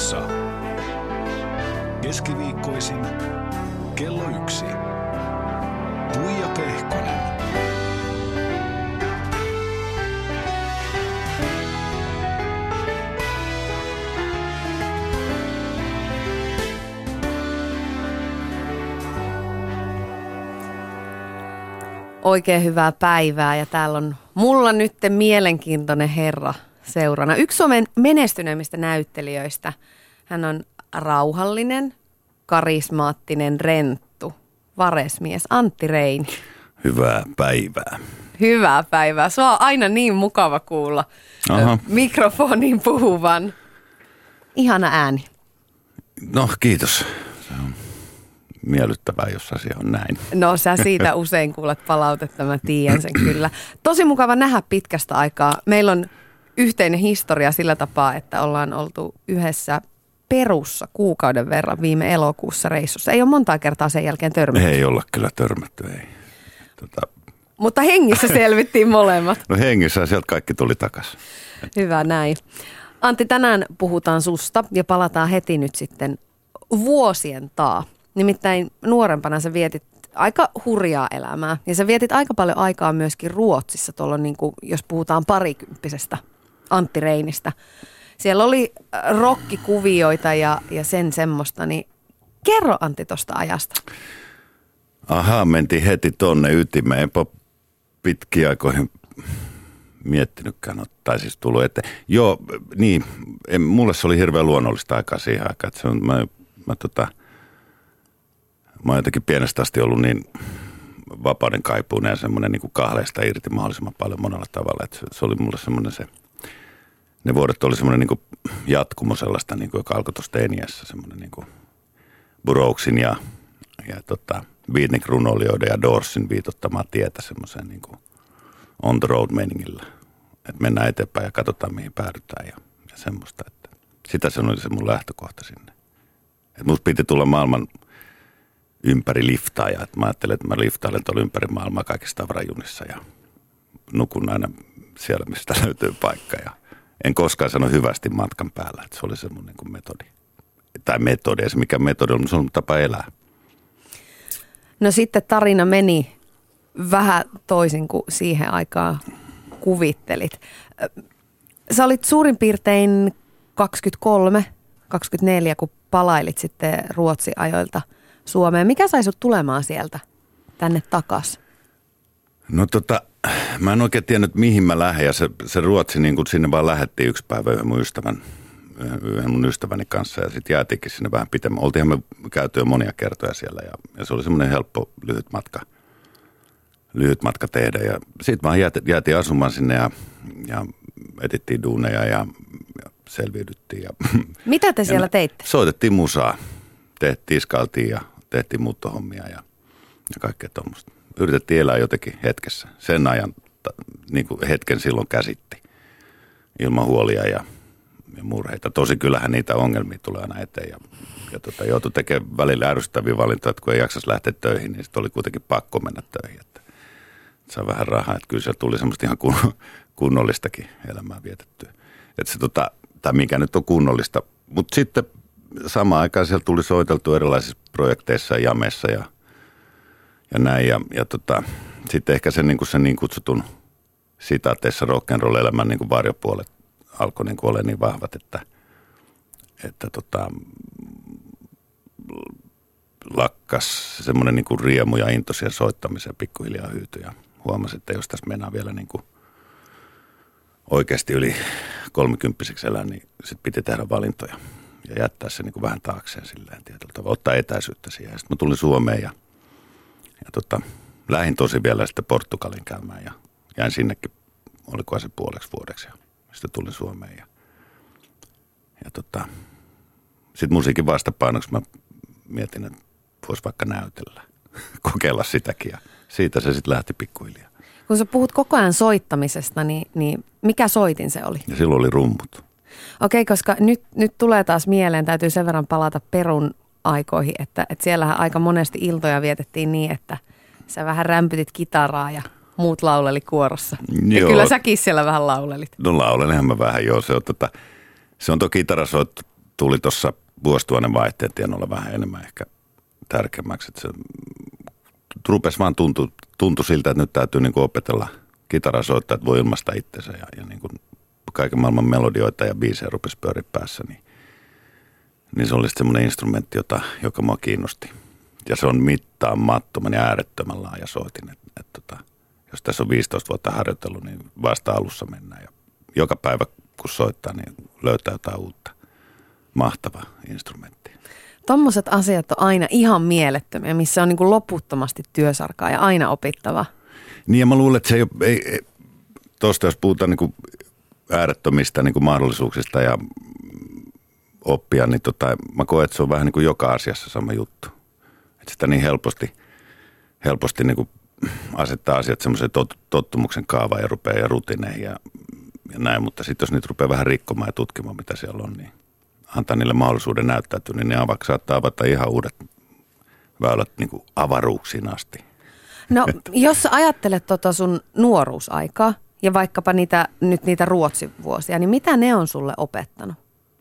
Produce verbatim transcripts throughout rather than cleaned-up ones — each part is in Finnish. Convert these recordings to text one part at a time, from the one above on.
Radiossa. Keskiviikkoisin kello yksi. Tuija Pehkonen. Oikein hyvää päivää ja täällä on mulla nyt mielenkiintoinen herra seurana. Yksi Suomen menestyneimmistä näyttelijöistä. Hän on rauhallinen, karismaattinen, renttu, varesmies Antti Reini. Hyvää päivää. Hyvää päivää. Sua on aina niin mukava kuulla Aha. mikrofonin puhuvan. Ihana ääni. No kiitos. Se on miellyttävää, jos asia on näin. No sä siitä usein kuulet palautetta, mä tiedän sen kyllä. Tosi mukava nähdä pitkästä aikaa. Meillä on yhteinen historia sillä tapaa, että ollaan oltu yhdessä Perussa kuukauden verran viime elokuussa reissussa. Ei ole montaa kertaa sen jälkeen törmätty. Ei olla kyllä törmätty, ei. Tota... Mutta hengissä selvittiin molemmat. No hengissä sieltä kaikki tuli takaisin. Hyvä näin. Antti, tänään puhutaan susta ja palataan heti nyt sitten vuosien taa. Nimittäin nuorempana sä vietit aika hurjaa elämää ja sä vietit aika paljon aikaa myöskin Ruotsissa, tuolla niin kuin, jos puhutaan parikymppisestä Antti Reinistä. Siellä oli rokkikuvioita ja, ja sen semmoista, niin kerro Antti tuosta ajasta. Ahaa, mentiin heti tonne ytimeen, enpä pitkiä aikoihin miettinytkään, tai siis tullut eteen. Joo, niin, en, mulle se oli hirveän luonnollista aikaa siihen aikaan, että se on, mä, mä tota... Mä oon jotenkin pienestä asti ollut niin vapauden kaipuinen ja semmoinen niin kuin kahleista irti mahdollisimman paljon monella tavalla. Että se, se oli mulle semmoinen se, ne vuodet oli semmoinen niin kuin jatkumo sellaista, niin kuin, joka alkoi tuossa teiniässä, semmoinen niin kuin Burroughsin ja, ja tota, Beatnik-runoilijoiden ja Doorsin viitottamaa tietä semmoiseen niin kuin on the road -meningillä. Että mennään eteenpäin ja katsotaan mihin päädytään ja, ja semmoista. Että sitä se oli se mun lähtökohta sinne. Että musta piti tulla maailman ympäri liftaaja. Mä ajattelin, että mä liftailen tuolla ympäri maailmaa kaikissa tavarajunissa ja nukun aina siellä, mistä löytyy paikka. Ja en koskaan sano hyvästi matkan päällä, että se oli se mun niin kuin metodi. Tai metodi, ei se mikä metodi on, mutta se on tapa elää. No sitten tarina meni vähän toisin kuin siihen aikaan kuvittelit. Sä olit suurin piirtein kaksikymmentäkolme kaksikymmentäneljä, kun palailit sitten Ruotsi-ajoilta Suomeen. Mikä sai sut tulemaan sieltä tänne takas? No tota, mä en oikein tiennyt mihin mä lähden ja se, se Ruotsi niin kun sinne vaan lähdettiin yksi päivä yhden mun ystävän, yhden mun ystäväni kanssa ja sitten jäätiinkin sinne vähän pitemmän. Oltiinhan me käyty jo monia kertoja siellä ja, ja se oli semmoinen helppo lyhyt matka, lyhyt matka tehdä ja sitten vaan jäätiin, jäätiin asumaan sinne ja, ja etittiin duuneja ja, ja selviydyttiin. Ja, mitä te siellä ja teitte? Soitettiin musaa, tehtiin, iskailtiin ja tehtiin muuttohommia ja, ja kaikkea tuommoista. Yritettiin elää jotenkin hetkessä. Sen ajan niin kuin hetken silloin käsitti ilman huolia ja, ja murheita. Tosi kyllähän niitä ongelmia tulee aina eteen ja, ja tota, joutui tekemään välillä ärsyttäviä valintoja, että kun ei jaksaisi lähteä töihin, niin sitten oli kuitenkin pakko mennä töihin. Että saa vähän rahaa, että kyllä siellä tuli semmoista ihan kun, kunnollistakin elämää vietettyä. Että se tota, tai mikä nyt on kunnollista, mutta sitten samaan aikaan siellä tuli soiteltu erilaisissa projekteissa ja jameissa ja, ja näin. Ja, ja tota, sitten ehkä sen niin, kuin sen niin kutsutun sitaateissa rock'n'roll-elämän niin kuin varjopuolet alkoi niin kuin olla niin vahvat, että, että tota, lakkas semmoinen niin kuin riemu ja into siihen soittamiseen pikkuhiljaa hyytyi. Ja huomasi, että jos tässä mennään vielä niin kuin oikeasti yli kolmikymppiseksi elää, niin sitten piti tehdä valintoja. Ja jättää se niin kuin vähän taakseen silleen tietyllä tavalla, ottaa etäisyyttä siihen. Sitten mä tulin Suomeen ja, ja tota, lähdin tosi vielä sitten Portugalin käymään ja jäin sinnekin, olikohan se puoleksi vuodeksi ja sitten tulin Suomeen. Ja, ja tota, sitten musiikin vastapainoksi mä mietin, että voisi vaikka näytellä, kokeilla sitäkin ja siitä se sitten lähti pikkuhiljaa. Kun sä puhut koko ajan soittamisesta, niin, niin mikä soitin se oli? Ja silloin oli rummut. Okei, koska nyt, nyt tulee taas mieleen, täytyy sen verran palata Perun aikoihin, että, että siellähän aika monesti iltoja vietettiin niin, että sä vähän rämpytit kitaraa ja muut lauleli kuorossa. Ja kyllä säkin siellä vähän laulelit. No laulelinhan mä vähän, joo. Se on, tota, se on tuo kitarasoitto tuli tuossa vuosituhannen vaihteen tienoilla vähän enemmän ehkä tärkeämmäksi. Että se rupesi vaan tuntui, tuntui siltä, että nyt täytyy niin kuin opetella kitaraa soittaa, että voi ilmaista itsensä ja, ja niin kuin kaiken maailman melodioita ja biisejä rupesi pyöriä päässä. Niin, niin se oli semmoinen instrumentti, jota, joka mua kiinnosti. Ja se on mittaamattoman ja äärettömän laaja soitin. Et, et, tota, jos tässä on viisitoista vuotta harjoitellut, niin vasta alussa mennään. Ja joka päivä kun soittaa, niin löytää jotain uutta. Mahtava instrumentti. Tommoset asiat on aina ihan mielettömiä, missä on niin kuin loputtomasti työsarkaa ja aina opittava. Niin ja mä luulen, että se ei ole, ei, ei, tosta jos puhutaan niin kuin äärettömistä niin kuin mahdollisuuksista ja oppia, niin tota, mä koen, että se on vähän niin kuin joka asiassa sama juttu. Että sitä niin helposti, helposti niin kuin asettaa asiat semmoisen tot, tottumuksen kaavaan ja rupeaa ja rutineihin ja, ja näin, mutta sitten jos niitä rupeaa vähän rikkomaan ja tutkimaan, mitä siellä on, niin antaa niille mahdollisuuden näyttäytyä, niin ne avak, saattaa avata ihan uudet väylät niin kuin avaruuksiin asti. No, jos sä ajattelet tota sun nuoruusaikaa ja vaikkapa niitä, nyt niitä Ruotsin vuosia, niin mitä ne on sulle opettanut?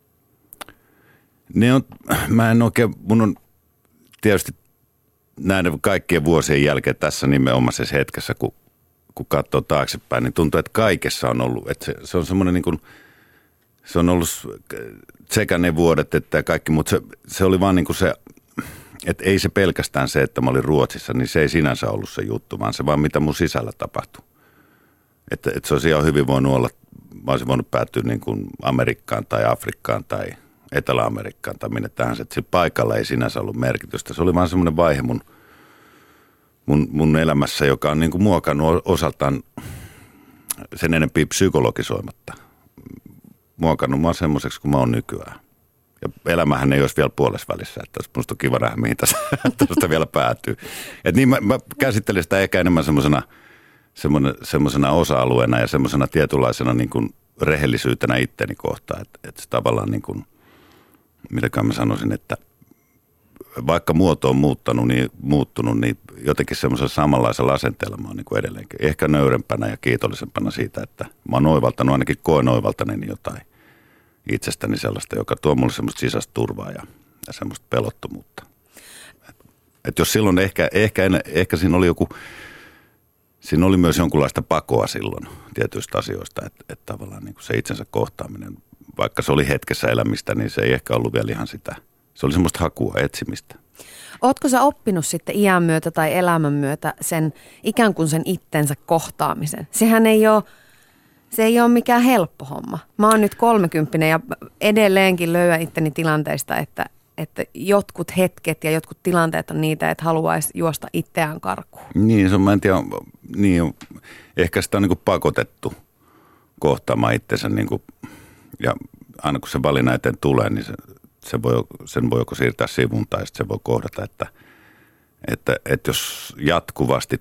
Ne on, mä en oikein, mun on tietysti näiden kaikkien vuosien jälkeen tässä nimenomaisessa hetkessä, kun, kun katsoo taaksepäin, niin tuntuu, että kaikessa on ollut, että se, se on semmoinen niin kuin, se on ollut sekä ne vuodet että kaikki, mutta se, se oli vaan niin kuin se, että ei se pelkästään se, että mä olin Ruotsissa, niin se ei sinänsä ollut se juttu, vaan se vaan mitä mun sisällä tapahtui. Että, että se olisi ihan hyvin voinut olla, mä olisin voinut päätyä niin kuin Amerikkaan tai Afrikkaan tai Etelä-Amerikkaan tai minne tahansa, että sillä paikalla ei sinänsä ollut merkitystä. Se oli vaan semmoinen vaihe mun, mun, mun elämässä, joka on niin kuin muokannut osaltaan sen enempää psykologisoimatta. Muokannut mua semmoiseksi kuin mä oon nykyään. Ja elämähän ei olisi vielä puolessa välissä, että musta on kiva nähdä, mihin tästä vielä päätyy. Et niin mä, mä käsittelen sitä ehkä enemmän semmoisena semmoisena osa-alueena ja semmoisena tietynlaisena niin kuin rehellisyytenä itteni kohtaan. Että et se tavallaan niin kuin, mitäkään mä sanoisin, että vaikka muoto on muuttanut, niin, muuttunut, niin jotenkin semmoisella samanlaisella asenteella mä oon niin kuin edelleenkin. Ehkä nöyrempänä ja kiitollisempana siitä, että mä oon oivaltanut, ainakin koen oivaltaneeni jotain itsestäni sellaista, joka tuo mulle semmoista sisäistä turvaa ja, ja semmoista pelottomuutta. Et, et jos silloin ehkä, ehkä, en, ehkä siinä oli joku, siinä oli myös jonkunlaista pakoa silloin tietyistä asioista, että et tavallaan niin kuin se itsensä kohtaaminen, vaikka se oli hetkessä elämistä, niin se ei ehkä ollut vielä ihan sitä. Se oli semmoista hakua, etsimistä. Ootko sä oppinut sitten iän myötä tai elämän myötä sen ikään kuin sen itsensä kohtaamisen? Sehän ei ole, se ei ole mikään helppo homma. Mä oon nyt kolmekymppinen ja edelleenkin löydän itteni tilanteista, että, että jotkut hetket ja jotkut tilanteet on niitä, että haluaisi juosta itseään karkuun. Niin, se on, mä en tiedä, niin, ehkä sitä on niin kuin pakotettu kohtaamaan itsensä niin kuin, ja aina kun se valinnan eteen tulee, niin se, se voi, sen voi joko siirtää sivuun tai sitten se voi kohdata, että, että, että jos jatkuvasti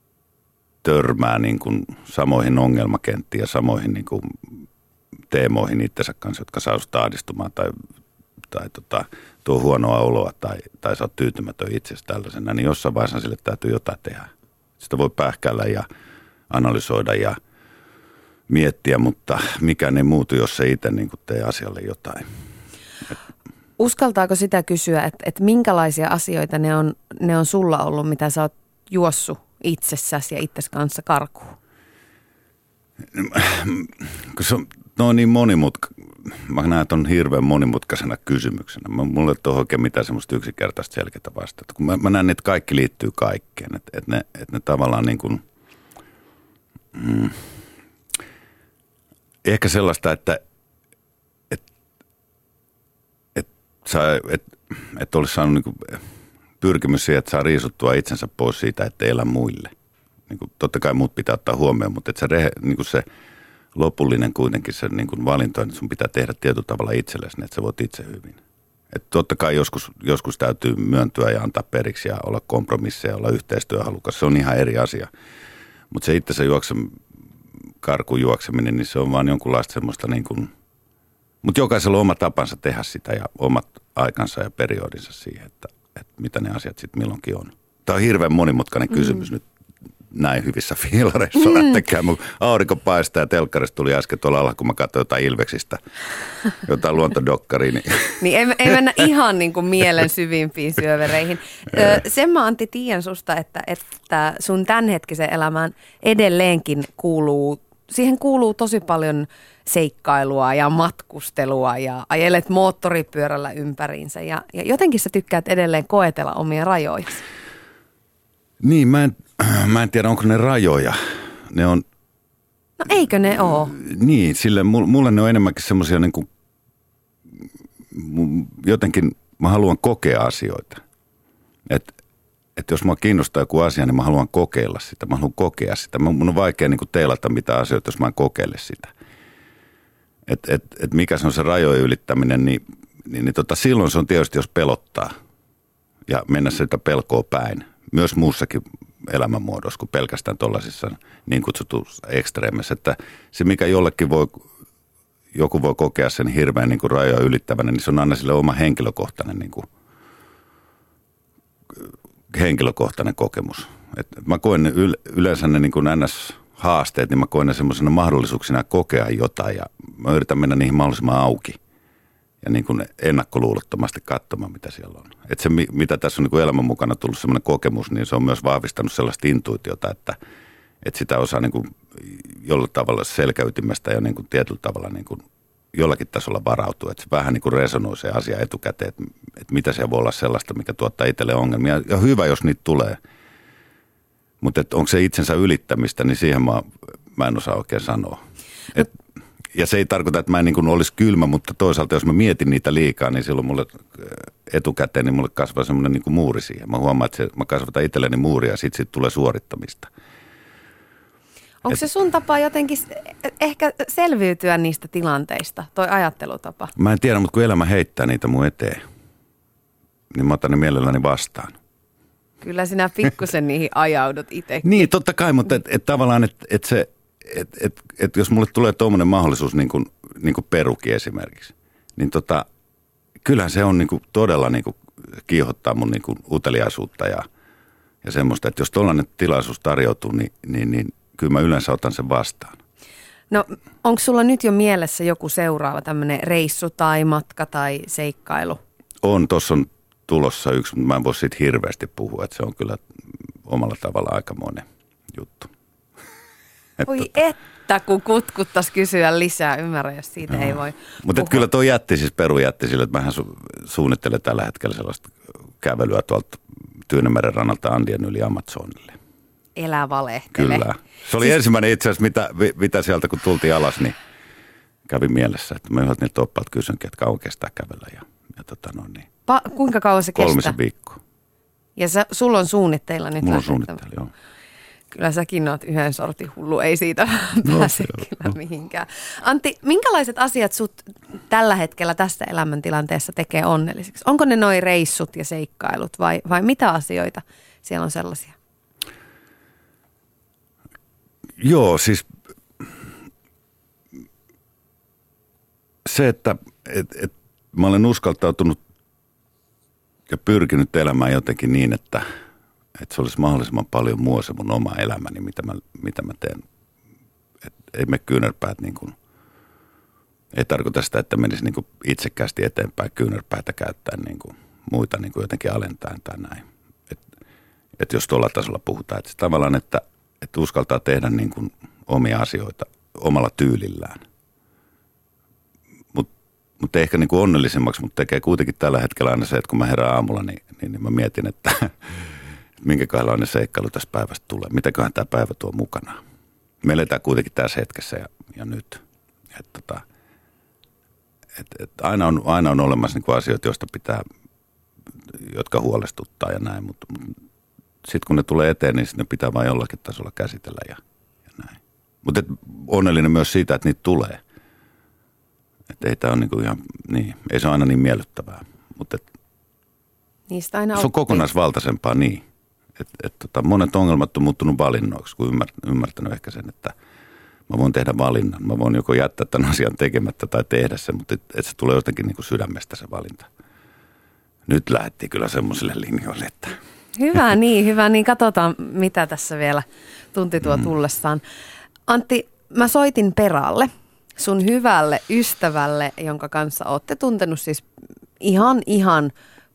törmää niin kuin samoihin ongelmakenttiin ja samoihin niin kuin teemoihin itsensä kanssa, jotka saa sitä ahdistumaan tai, tai tota, tuo huonoa oloa tai, tai sä oot tyytymätön itsestä tällaisena, niin jossain vaiheessa sille täytyy jotain tehdä. Sitä voi pähkäillä ja analysoida ja miettiä, mutta mikään ei muutu, jos se itse niin kuin tee asialle jotain. Uskaltaako sitä kysyä, että, että minkälaisia asioita ne on, ne on sulla ollut, mitä sä oot juossut itsessäsi ja itsesi kanssa karkuun? Kun se on, no on niin monimutka, mä näen, että on hirveän monimutkaisena kysymyksenä. Mulla ei ole oikein mitään semmoista yksinkertaista selkeää vastausta. Kun mä, mä näen, että kaikki liittyy kaikkeen. Että, että, ne, että ne tavallaan niin kuin, mm, ehkä sellaista, että et, et, et, et olisi saanut niin kuin pyrkimys siihen, että saa riisuttua itsensä pois siitä, että elä muille. Niin kuin, totta kai muut pitää ottaa huomioon, mutta että se, rehe, niin kuin se lopullinen kuitenkin se niin kuin valinta, että sun pitää tehdä tietyllä tavalla itsellesi, niin että sä voit itse hyvin. Että totta kai joskus, joskus täytyy myöntyä ja antaa periksi ja olla kompromisseja, olla yhteistyöhalukas. Se on ihan eri asia. Mutta se itse se juokse, karkuun juokseminen, niin se on vaan jonkunlaista semmoista niin kuin, mutta jokaisella on oma tapansa tehdä sitä ja omat aikansa ja periodinsa siihen, että, että mitä ne asiat sitten milloinkin on. Tämä on hirveän monimutkainen kysymys mm. nyt näin hyvissä fiilareissa mm. lähtekään. Mun aurinko paistaa ja telkkarista tuli äsken tuolla alla, kun mä katsoin jotain Ilveksistä, jotain luontodokkaria. Niin, niin ei, ei mennä ihan niin kuin mielen syvimpiin syövereihin. Ö, sen mä Antti tiedän susta, että, että sun tämänhetkisen elämään edelleenkin kuuluu, siihen kuuluu tosi paljon seikkailua ja matkustelua ja ajelet moottoripyörällä ympäriinsä ja, ja jotenkin sä tykkäät edelleen koetella omia rajoja. Niin, mä en, mä en tiedä, onko ne rajoja. Ne on... No eikö ne ole? Niin, sille mulle ne on enemmänkin semmoisia niin kuin, jotenkin mä haluan kokea asioita. Että et jos mä kiinnostaa joku asia, niin mä haluan kokeilla sitä. Mä haluan kokea sitä. Mun on vaikea niin kuin teilata mitä asioita, jos mä en kokeile sitä. Että et, et mikä se on se rajojen ylittäminen, niin, niin, niin tota, silloin se on tietysti, jos pelottaa ja mennä sitä pelkoa päin. Myös muussakin elämänmuodossa kuin pelkästään tuollaisissa niin kutsutussa ekstreemissä. Että se, mikä jollekin voi, joku voi kokea sen hirveän niin kuin rajoja ylittävänä, niin se on aina sille oma henkilökohtainen, niin kuin, henkilökohtainen kokemus. Et mä koen ne yleensä ne niin kuin N S-haasteet, niin mä koen ne semmoisena mahdollisuuksina kokea jotain ja mä yritän mennä niihin mahdollisimman auki. Ja niin kuin ennakkoluulottomasti katsomaan, mitä siellä on. Että se, mitä tässä on niin kuin elämän mukana tullut semmoinen kokemus, niin se on myös vahvistanut sellaista intuitiota, että, että sitä osaa niin kuin jollain tavalla selkäytimestä ja niin kuin tietyllä tavalla niin kuin jollakin tasolla varautua. Että se vähän niin kuin resonoi se asia etukäteen, että, että mitä siellä voi olla sellaista, mikä tuottaa itselle ongelmia. Ja hyvä, jos niitä tulee. Mutta onko se itsensä ylittämistä, niin siihen mä, mä en osaa oikein sanoa. Et, Ja se ei tarkoita, että mä en niin kuin olisi kylmä, mutta toisaalta jos mä mietin niitä liikaa, niin silloin mulle etukäteen niin mulle kasvaa semmoinen niin kuin muuri siihen. Mä huomaan, että se, mä kasvatan itselleni muuria ja sitten sit tulee suorittamista. Onko Et, se sun tapa jotenkin ehkä selviytyä niistä tilanteista, toi ajattelutapa? Mä en tiedä, mutta kun elämä heittää niitä mun eteen, niin mä otan ne mielelläni vastaan. Kyllä sinä pikkusen niihin ajaudut itsekin. Niin, totta kai, mutta et, et tavallaan, että et se... Että et, et jos mulle tulee tuommoinen mahdollisuus, niin kuin, niin kuin peruki esimerkiksi, niin tota, kyllähän se on niin kuin todella niin kuin kiihottaa mun niin kuin uteliaisuutta ja, ja semmoista, että jos tuollainen tilaisuus tarjoutuu, niin, niin, niin kyllä mä yleensä otan sen vastaan. No onko sulla nyt jo mielessä joku seuraava tämmöinen reissu tai matka tai seikkailu? On, tuossa on tulossa yksi, mutta mä en voi siitä hirveästi puhua, että se on kyllä omalla tavalla aikamoinen juttu. Voi että, kun kutkuttaisi kysyä lisää, ymmärrä, jos siitä no. ei voi Mutta kyllä tuo jätti, siis Peru jätti sille, että mähän su- suunnittelen tällä hetkellä sellaista kävelyä tuolta Tyynemeren rannalta Andien yli Amazonille. Elä valehtele. Kyllä. Se oli siis... ensimmäinen itse asiassa, mitä, mitä sieltä kun tultiin alas, niin kävi mielessä, että mä yhdeltä niiltä oppaalta kysynkin, että kauan kestää kävellä. Ja, ja tota no niin. Pa- kuinka kauan se kestää? Kolmisen viikkoa. Ja sä, sulla on suunnitteilla nyt? Mulla on suunnitteilla, joo. Kyllä säkin oot yhden sortin hullu, ei siitä no, pääse no, kyllä no. mihinkään. Antti, minkälaiset asiat sut tällä hetkellä tässä elämäntilanteessa tekee onnelliseksi? Onko ne noi reissut ja seikkailut vai, vai mitä asioita siellä on sellaisia? Joo, siis se, että et, et, mä olen uskaltautunut ja pyrkinyt elämään jotenkin niin, että että se olisi mahdollisimman paljon mua se mun oma elämäni, mitä mä, mitä mä teen. Et ei me kyynärpäät niin kuin, ei tarkoita sitä, että menisi niin kuin itsekkäästi eteenpäin kyynärpäitä käyttäen niin kuin muita niin kuin jotenkin alentaen tai näin. Että et jos tuolla tasolla puhutaan, että tavallaan, että, että uskaltaa tehdä niin kuin omia asioita omalla tyylillään. Mutta mut ehkä niin kuin onnellisemmaksi mut tekee kuitenkin tällä hetkellä aina se, että kun mä herään aamulla, niin, niin, niin mä mietin, että minkälainen seikkailu tässä päivästä tulee. Mitäköhän tämä päivä tuo mukana. Me eletään kuitenkin tässä hetkessä ja, ja nyt. Et, tota, et, et aina, on, aina on olemassa niin kuin asioita, joista pitää, jotka huolestuttaa ja näin. Mutta mut, sitten kun ne tulee eteen, niin ne pitää vain jollakin tasolla käsitellä ja, ja näin. Mutta onnellinen myös siitä, että niitä tulee. Että ei tämä ole niin kuin ihan, niin, ei se ole aina niin miellyttävää. Mutta niistä aina se on kokonaisvaltaisempaa niin. Et, et, tota, monet ongelmat on muuttunut valinnoiksi, kun ymmär, ymmärtänyt ehkä sen, että mä voin tehdä valinnan. Mä voin joko jättää tämän asian tekemättä tai tehdä sen, mutta et, et se tulee jotenkin niin kuin sydämestä se valinta. Nyt lähdettiin kyllä semmoiselle linjoille, että Hyvä niin, hyvä niin. Katsotaan, mitä tässä vielä tunti tuo tullessaan. Antti, mä soitin Peralle, sun hyvälle ystävälle, jonka kanssa ootte tuntenut siis ihan, ihan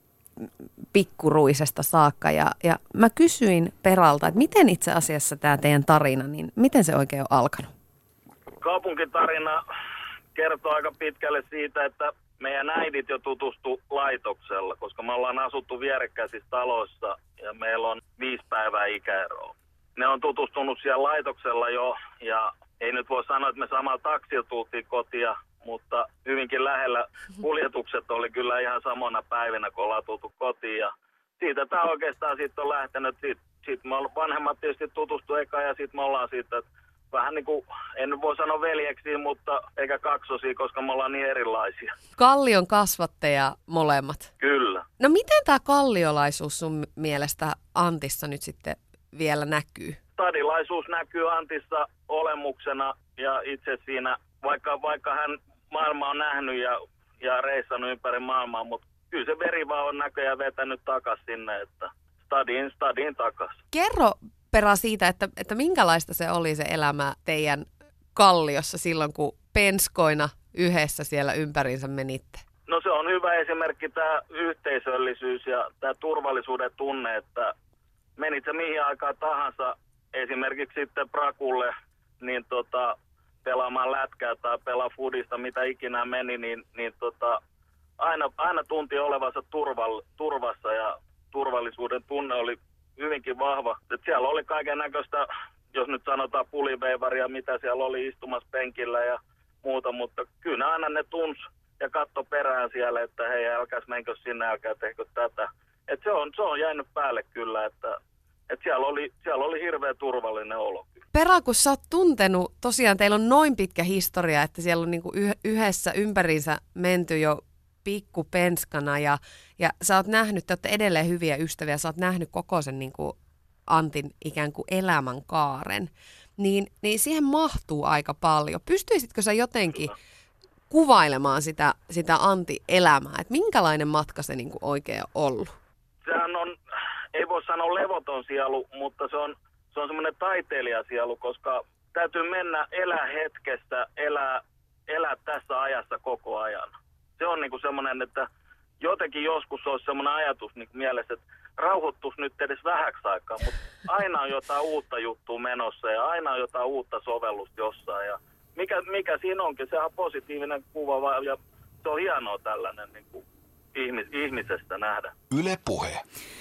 pikkuruisesta saakka. Ja, ja mä kysyin Peralta, että miten itse asiassa tämä teidän tarina, niin miten se oikein on alkanut? Kaupunkitarina kertoo aika pitkälle siitä, että meidän äidit jo tutustu laitoksella, koska me ollaan asuttu vierekkäisissä taloissa ja meillä on viisi päivää ikäeroa. Ne on tutustunut siellä laitoksella jo ja ei nyt voi sanoa, että me samalla taksilla tultiin kotia, mutta hyvinkin lähellä kuljetukset oli kyllä ihan samana päivinä, kun ollaan tultu kotiin. Ja siitä tämä oikeastaan sitten on lähtenyt. Sitten sit me vanhemmat tietysti tutustu eka ja sitten me ollaan siitä, että vähän niin kuin, en nyt voi sanoa veljeksiä, mutta eikä kaksosia, koska me ollaan niin erilaisia. Kallion kasvatteja molemmat. Kyllä. No miten tämä kalliolaisuus sun mielestä Antissa nyt sitten vielä näkyy? Stadilaisuus näkyy Antissa olemuksena ja itse siinä, vaikka, vaikka hän maailma on nähnyt ja, ja reissannut ympäri maailmaa, mutta kyllä se veri vaan on näköjään vetänyt takas sinne, että stadiin, stadiin takas. Kerro Pera siitä, että, että minkälaista se oli se elämä teidän Kalliossa silloin, kun penskoina yhdessä siellä ympärinsä menitte? No se on hyvä esimerkki tämä yhteisöllisyys ja tämä turvallisuuden tunne, että menit sä mihin aikaan tahansa, esimerkiksi sitten Prakulle, niin tota, pelaamaan lätkää tai pelaa fudista, mitä ikinä meni, niin, niin tota, aina, aina tunti olevansa turval, turvassa ja turvallisuuden tunne oli hyvinkin vahva. Et siellä oli kaiken näköistä, jos nyt sanotaan puliveivaria, mitä siellä oli istumassa penkillä ja muuta, mutta kyllä aina ne tunsi ja katto perään siellä, että hei, älkääs menkö sinne, älkää tehkö tätä. Et se, on, se on jäänyt päälle kyllä, että et siellä, oli, siellä oli hirveän turvallinen olo. Pera, kun sä oot tuntenut, tosiaan teillä on noin pitkä historia, että siellä on niinku yhdessä ympäriinsä menty jo pikkupenskana ja, ja sä oot nähnyt, te olette edelleen hyviä ystäviä, sä oot nähnyt koko sen niinku Antin ikään kuin elämänkaaren, niin, niin siihen mahtuu aika paljon. Pystyisitkö sä jotenkin kuvailemaan sitä, sitä Antti-elämää, että minkälainen matka se niinku oikein on ollut? Sehän on, ei voi sanoa levoton sielu, mutta se on, se on semmoinen taiteilijasielu, koska täytyy mennä elää hetkessä, elää, elää tässä ajassa koko ajan. Se on niinku semmoinen, että jotenkin joskus olisi semmoinen ajatus niin mielessä, että rauhoittuisi nyt edes vähäksi aikaa, mutta aina on jotain uutta juttua menossa ja aina on jotain uutta sovellusta jossain. Ja mikä, mikä siinä onkin, sehän on positiivinen kuva ja se on hienoa tällainen niin kuin ihmis, ihmisestä nähdä. Yle Puhe.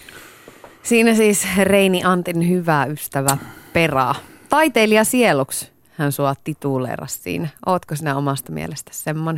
Siinä siis Reini Antin hyvä ystävä Pera. Taiteilija sieluksi hän sua tituleerasi siinä. Ootko sinä omasta mielestäsi semmoinen?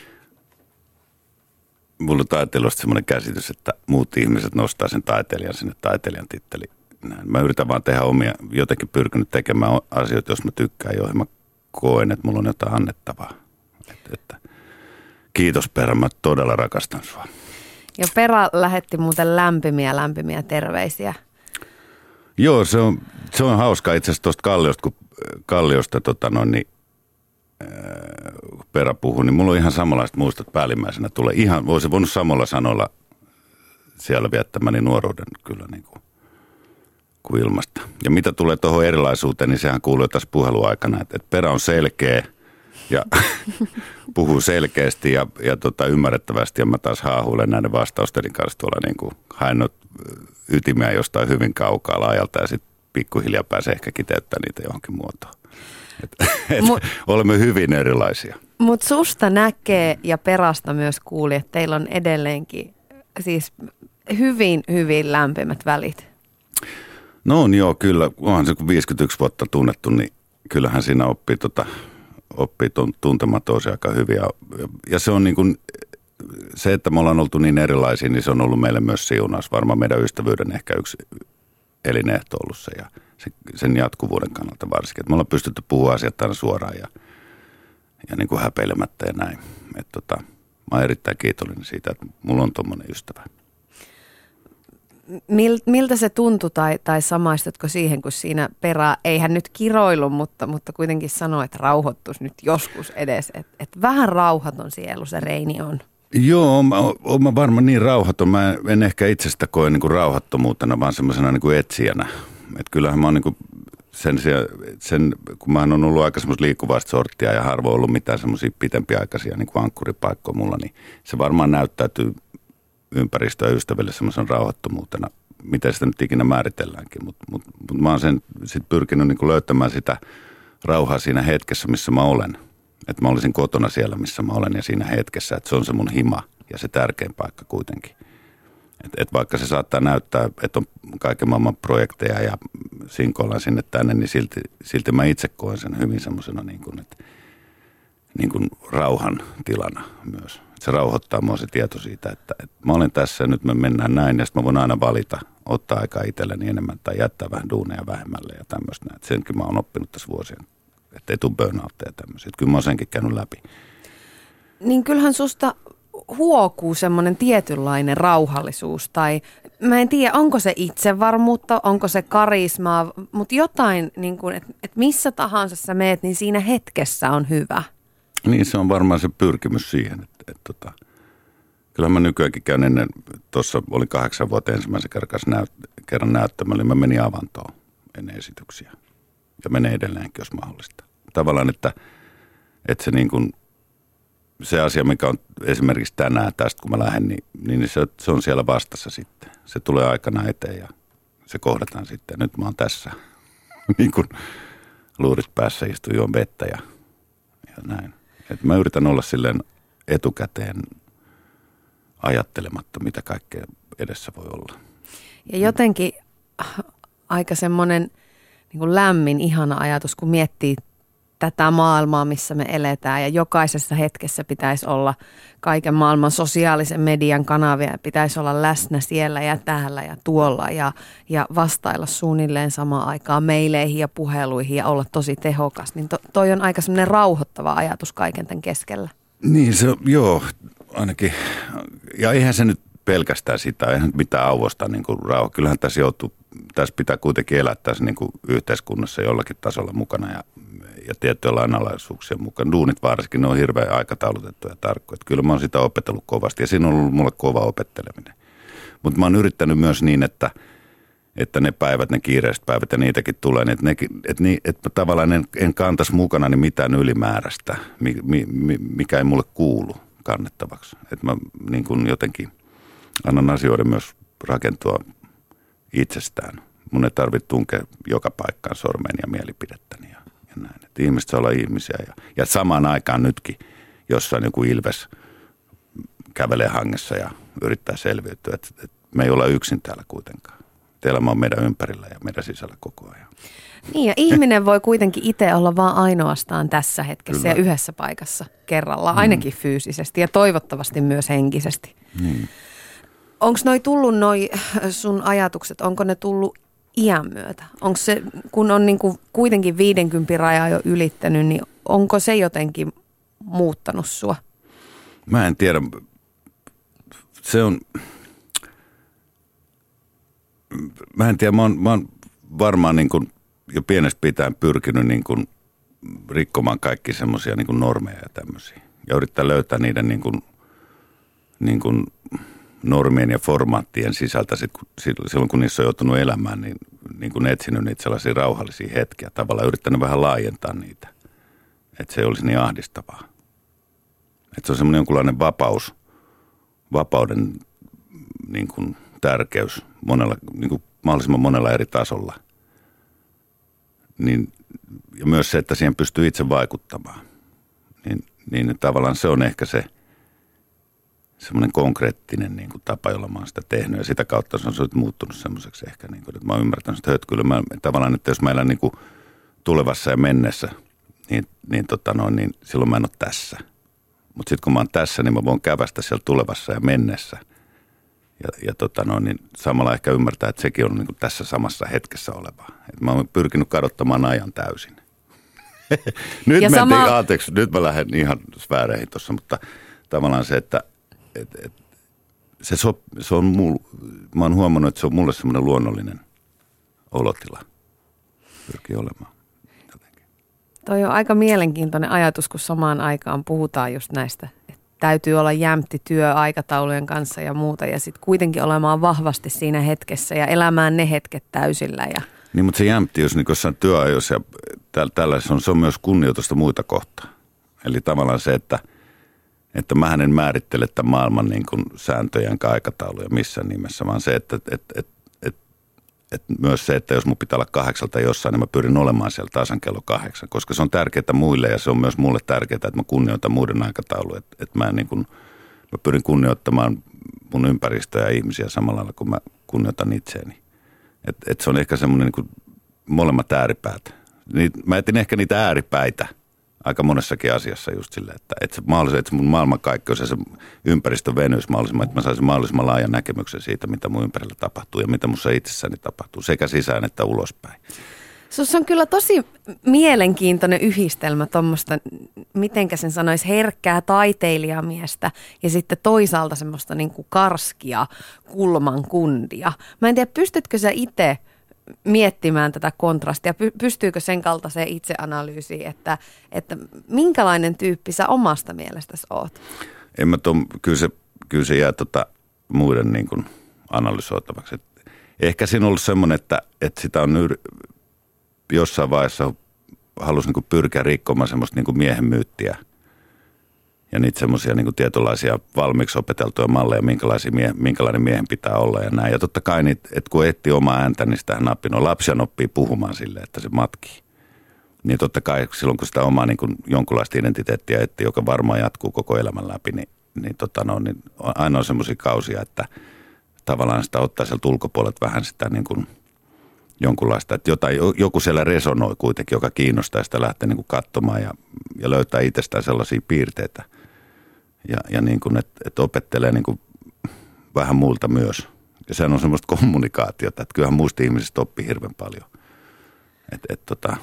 Mulla on taiteilusta semmoinen käsitys, että muut ihmiset nostaa sen taiteilijan sinne taiteilijan titteliin. Mä yritän vaan tehdä omia, jotenkin pyrkinyt tekemään asioita, jos mä tykkään, joihin mä koen, että mulla on jotain annettavaa. Että, että, kiitos Pera, mä todella rakastan sua. Ja Pera lähetti muuten lämpimiä, lämpimiä terveisiä. Joo, se on, se on hauskaa itse asiassa tuosta Kalliosta, kun Kalliosta tota noin, niin, Pera puhui, niin mulla on ihan samanlaiset muistot päällimmäisenä. Tulee ihan, voisin voinut samalla sanoilla siellä viettämäni nuoruuden kyllä niin kuin, kuin ilmasta. Ja mitä tulee tuohon erilaisuuteen, niin sehän kuuluu tässä puheluaikana, että, että Pera on selkeä ja puhuu selkeästi ja, ja tota, ymmärrettävästi. Ja mä taas haahuilen näiden vastausten kanssa tuolla niin kuin haen ytimeä jostain hyvin kaukaa laajalta ja sitten pikkuhiljaa pääsee ehkä kiteyttämään niitä johonkin muotoon. Et, et Mut, olemme hyvin erilaisia. Mutta susta näkee ja Perasta myös kuuli, että teillä on edelleenkin siis hyvin, hyvin lämpimät välit. No on joo, kyllä. Onhan se kun viisikymmentäyksi vuotta tunnettu, niin kyllähän siinä oppii, tota, oppii tuntemaan tosi aika hyvin. Ja, ja se on niin kuin, se, että me ollaan oltu niin erilaisia, niin se on ollut meille myös siunaus. Varmaan meidän ystävyyden ehkä yksi elinehto ollut se ja sen jatkuvuuden kannalta varsinkin. Että me ollaan pystytty puhua asiat aina suoraan ja, ja niin kuin häpeilemättä ja näin. Että tota, mä oon erittäin kiitollinen siitä, että mulla on tommoinen ystävä. Miltä se tuntui tai, tai samaistutko siihen, kun siinä Pera, eihän nyt kiroilu, mutta, mutta kuitenkin sanoi, että rauhoittuisi nyt joskus edes. Että et vähän rauhaton sielu se Reini on. Joo, mä, oon mä varmaan niin rauhaton. Mä en ehkä itsestä koe niin kuin rauhattomuutena, vaan semmoisena niin kuin etsijänä. Että kyllähän mä oon niin kuin sen, sen, kun mä oon ollut aika semmoista liikkuvasta sorttia ja harvoin ollut mitään semmoisia pitempiaikaisia niin kuin ankkuripaikkoja mulla, niin se varmaan näyttäytyy ympäristöä ystäville semmoisen rauhattomuutena, miten sitä nyt ikinä määritelläänkin. Mutta mut, mut mä oon sen sit pyrkinyt niin kuin löytämään sitä rauhaa siinä hetkessä, missä mä olen. Että mä olisin kotona siellä, missä mä olen ja siinä hetkessä, että se on se mun hima ja se tärkein paikka kuitenkin. Että et vaikka se saattaa näyttää, että on kaiken maailman projekteja ja sinkoillaan sinne tänne, niin silti, silti mä itse koen sen hyvin semmoisena niin kuin, että, niin kuin rauhan tilana myös. Et se rauhoittaa mua se tieto siitä, että, että mä olen tässä ja nyt me mennään näin ja sitten mä voin aina valita, ottaa aikaa itselleni enemmän tai jättää vähän duuneja vähemmälle ja tämmöistä. Et senkin mä oon oppinut tässä vuosien. Että ei tule burnoutteja ja tämmöisiä. Kyllä mä oon senkin käynyt läpi. Niin kyllähän susta huokuu semmoinen tietynlainen rauhallisuus. Tai mä en tiedä, onko se itsevarmuutta, onko se karismaa, mutta jotain, niin että et missä tahansa sä meet, niin siinä hetkessä on hyvä. Niin, se on varmaan se pyrkimys siihen. Että, että, että, kyllähän mä nykyäänkin käyn ennen, tuossa olin kahdeksan vuotta ensimmäisen kerran, näyt, kerran näyttämällä, mä menin avantoon ennen esityksiä. Ja menee edelleenkin, jos mahdollista. Tavallaan, että, että se, niin kuin, se asia, mikä on esimerkiksi tänään tästä, kun mä lähden, niin, niin se, se on siellä vastassa sitten. Se tulee aikana eteen ja se kohdataan sitten. Nyt mä oon tässä, niin kuin luurit päässä, istun juon vettä ja, ja näin. Et mä yritän olla silleen etukäteen ajattelematta, mitä kaikkea edessä voi olla. Ja jotenkin aika semmoinen niin kuin lämmin, ihana ajatus, kun miettii tätä maailmaa, missä me eletään ja jokaisessa hetkessä pitäisi olla kaiken maailman sosiaalisen median kanavia ja pitäisi olla läsnä siellä ja täällä ja tuolla ja, ja vastailla suunnilleen samaan aikaan meileihin ja puheluihin ja olla tosi tehokas. Niin to, toi on aika semmoinen rauhoittava ajatus kaiken tämän keskellä. Niin se, joo, ainakin. Ja eihän se nyt pelkästään sitä, eihän mitään auvosta niin kuin rauha. Kyllähän tässä joutuu, tässä pitää kuitenkin elää tässä niin kuin yhteiskunnassa jollakin tasolla mukana ja, ja tiettyjä lainalaisuuksien mukaan. Duunit varsinkin, ne on hirveän aikataulutettu ja tarkkoja. Kyllä mä oon sitä opetellut kovasti ja siinä on ollut mulle kova opetteleminen. Mutta mä oon yrittänyt myös niin, että, että ne päivät, ne kiireiset päivät ja niitäkin tulee, että, ne, että, niin, että tavallaan en, en kantaisi mukana niin mitään ylimääräistä, mi, mi, mikä ei mulle kuulu kannettavaksi. Että mä niin kuin jotenkin annan asioiden myös rakentua itsestään. Mun ei tarvitse tunkea joka paikkaan sormeen ja mielipidettäni ja, ja näin. Että ihmiset saa olla ihmisiä. Ja, ja samaan aikaan nytkin jossain joku ilves kävelee hangessa ja yrittää selviytyä. Että, että me ei olla yksin täällä kuitenkaan. Elämä on meidän ympärillä ja meidän sisällä koko ajan. Niin ja ihminen voi kuitenkin itse olla vaan ainoastaan tässä hetkessä Kyllä. ja yhdessä paikassa kerrallaan, ainakin mm. fyysisesti ja toivottavasti myös henkisesti. Mm. Onko noi tullut noi sun ajatukset, onko ne tullut iän myötä? Onko se, kun on niinku kuitenkin viidenkympin rajaa jo ylittänyt, niin onko se jotenkin muuttanut sua? Mä en tiedä. Se on, mä en tiedä, mä oon, mä oon varmaan niin kuin jo pienestä pitäen pyrkinyt niin kuin rikkomaan kaikki semmoisia niin kuin normeja ja tämmöisiä. Ja yrittää löytää niiden niin kuin, niin kuin normien ja formaattien sisältä, sit, kun, silloin kun niissä on joutunut elämään, niin, niin kuin etsinyt niitä sellaisia rauhallisia hetkiä. Tavallaan yrittänyt vähän laajentaa niitä, että se ei olisi niin ahdistavaa. Että se on semmoinen jonkunlainen vapaus, vapauden niin kuin tärkeys monella, niin kuin mahdollisimman monella eri tasolla. Niin, ja myös se, että siihen pystyy itse vaikuttamaan. Niin, niin tavallaan se on ehkä se semmoinen konkreettinen niin kuin tapa, jolla mä oon sitä tehnyt. Ja sitä kautta se on muuttunut semmoiseksi ehkä, niin kuin, että mä oon ymmärtänyt sitä hötkyllä. Mä, tavallaan, että jos mä elän niin kuin tulevassa ja mennessä, niin, niin, tota noin, niin silloin mä en ole tässä. Mutta sitten kun mä oon tässä, niin mä voin kävästä siellä tulevassa ja mennessä. Ja, ja tota noin, niin samalla ehkä ymmärtää, että sekin on niin kuin tässä samassa hetkessä olevaa. Et mä oon pyrkinyt kadottamaan ajan täysin. nyt mentiin, sama... anteeksi, nyt mä lähden ihan sfääreihin tuossa, mutta tavallaan se, että et, et, se, so, se on mul, mä oon huomannut, että se on mulle semmoinen luonnollinen olotila. Pyrkii olemaan. Toi on aika mielenkiintoinen ajatus, kun samaan aikaan puhutaan just näistä, että täytyy olla jämpti työaikataulujen kanssa ja muuta ja sitten kuitenkin olemaan vahvasti siinä hetkessä ja elämään ne hetket täysillä. Ja... Niin, mutta se jämptiys niin jossain työajoissa ja tällaisessa on, se on myös kunnioitusta muita kohtaan. Eli tavallaan se, että, että mähän en määrittele tämän maailman niin kuin sääntöjä enkä aikatauluja missään nimessä, vaan se, että, että, että, että, että myös se, että jos mun pitää olla kahdeksalta jossain, niin mä pyrin olemaan siellä tasan kello kahdeksan, koska se on tärkeää muille ja se on myös mulle tärkeää, että mä kunnioitan muiden aikatauluja. Että, että mä, niin kuin, mä pyrin kunnioittamaan mun ympäristöä ja ihmisiä samalla lailla kuin mä kunnioitan itseäni. Että, että se on ehkä semmoinen niin kuin molemmat ääripäät. Niin, mä etin ehkä niitä ääripäitä aika monessakin asiassa just silleen, että, että, se mahdollisesti, että mun maailmankaikkeus ja se ympäristö venyisi mahdollisimman, että mä saisin mahdollisimman laajan näkemyksen siitä, mitä mun ympärillä tapahtuu ja mitä mussa itsessäni tapahtuu, sekä sisään että ulospäin. Sussa on kyllä tosi mielenkiintoinen yhdistelmä tuommoista, mitenkä sen sanoisi, herkkää taiteilijamiestä ja sitten toisaalta semmoista niin kuin karskia kulmankundia. Mä en tiedä, pystytkö sä itse miettimään tätä kontrastia, pystyykö sen kaltaiseen itseanalyysiin, että, että minkälainen tyyppi sä omasta mielestäsi oot? En mä tuon, kyllä se, kyllä se jää tota muiden niin kuin analysoitavaksi. Ehkä siinä on ollut semmoinen, että, että sitä on yr, jossain vaiheessa halusi niin kuin pyrkiä rikkomaan semmoista niin kuin miehen myyttiä ja niitä semmoisia niin kuin tietynlaisia valmiiksi opeteltuja malleja, minkälaisia mie, minkälainen miehen pitää olla ja näin. Ja totta kai, niitä, että kun etsii omaa ääntä, niin sitähän nappii. No lapsia oppii puhumaan silleen, että se matkii. Niin totta kai silloin, kun sitä omaa niin kuin jonkunlaista identiteettiä etsii, joka varmaan jatkuu koko elämän läpi, niin, niin, tota no, niin aina on semmoisia kausia, että tavallaan sitä ottaa sieltä ulkopuolelta vähän sitä niin kuin jonkunlaista, että jotain, joku siellä resonoi kuitenkin, joka kiinnostaa ja sitä lähtee niin kuin katsomaan ja, ja löytää itsestään sellaisia piirteitä. Ja, ja niin kuin, että, että opettelee niin kuin vähän muulta myös. Ja sehän on semmoista kommunikaatiota, että kyllähän muista ihmisistä oppii hirveän paljon. Että et, tota,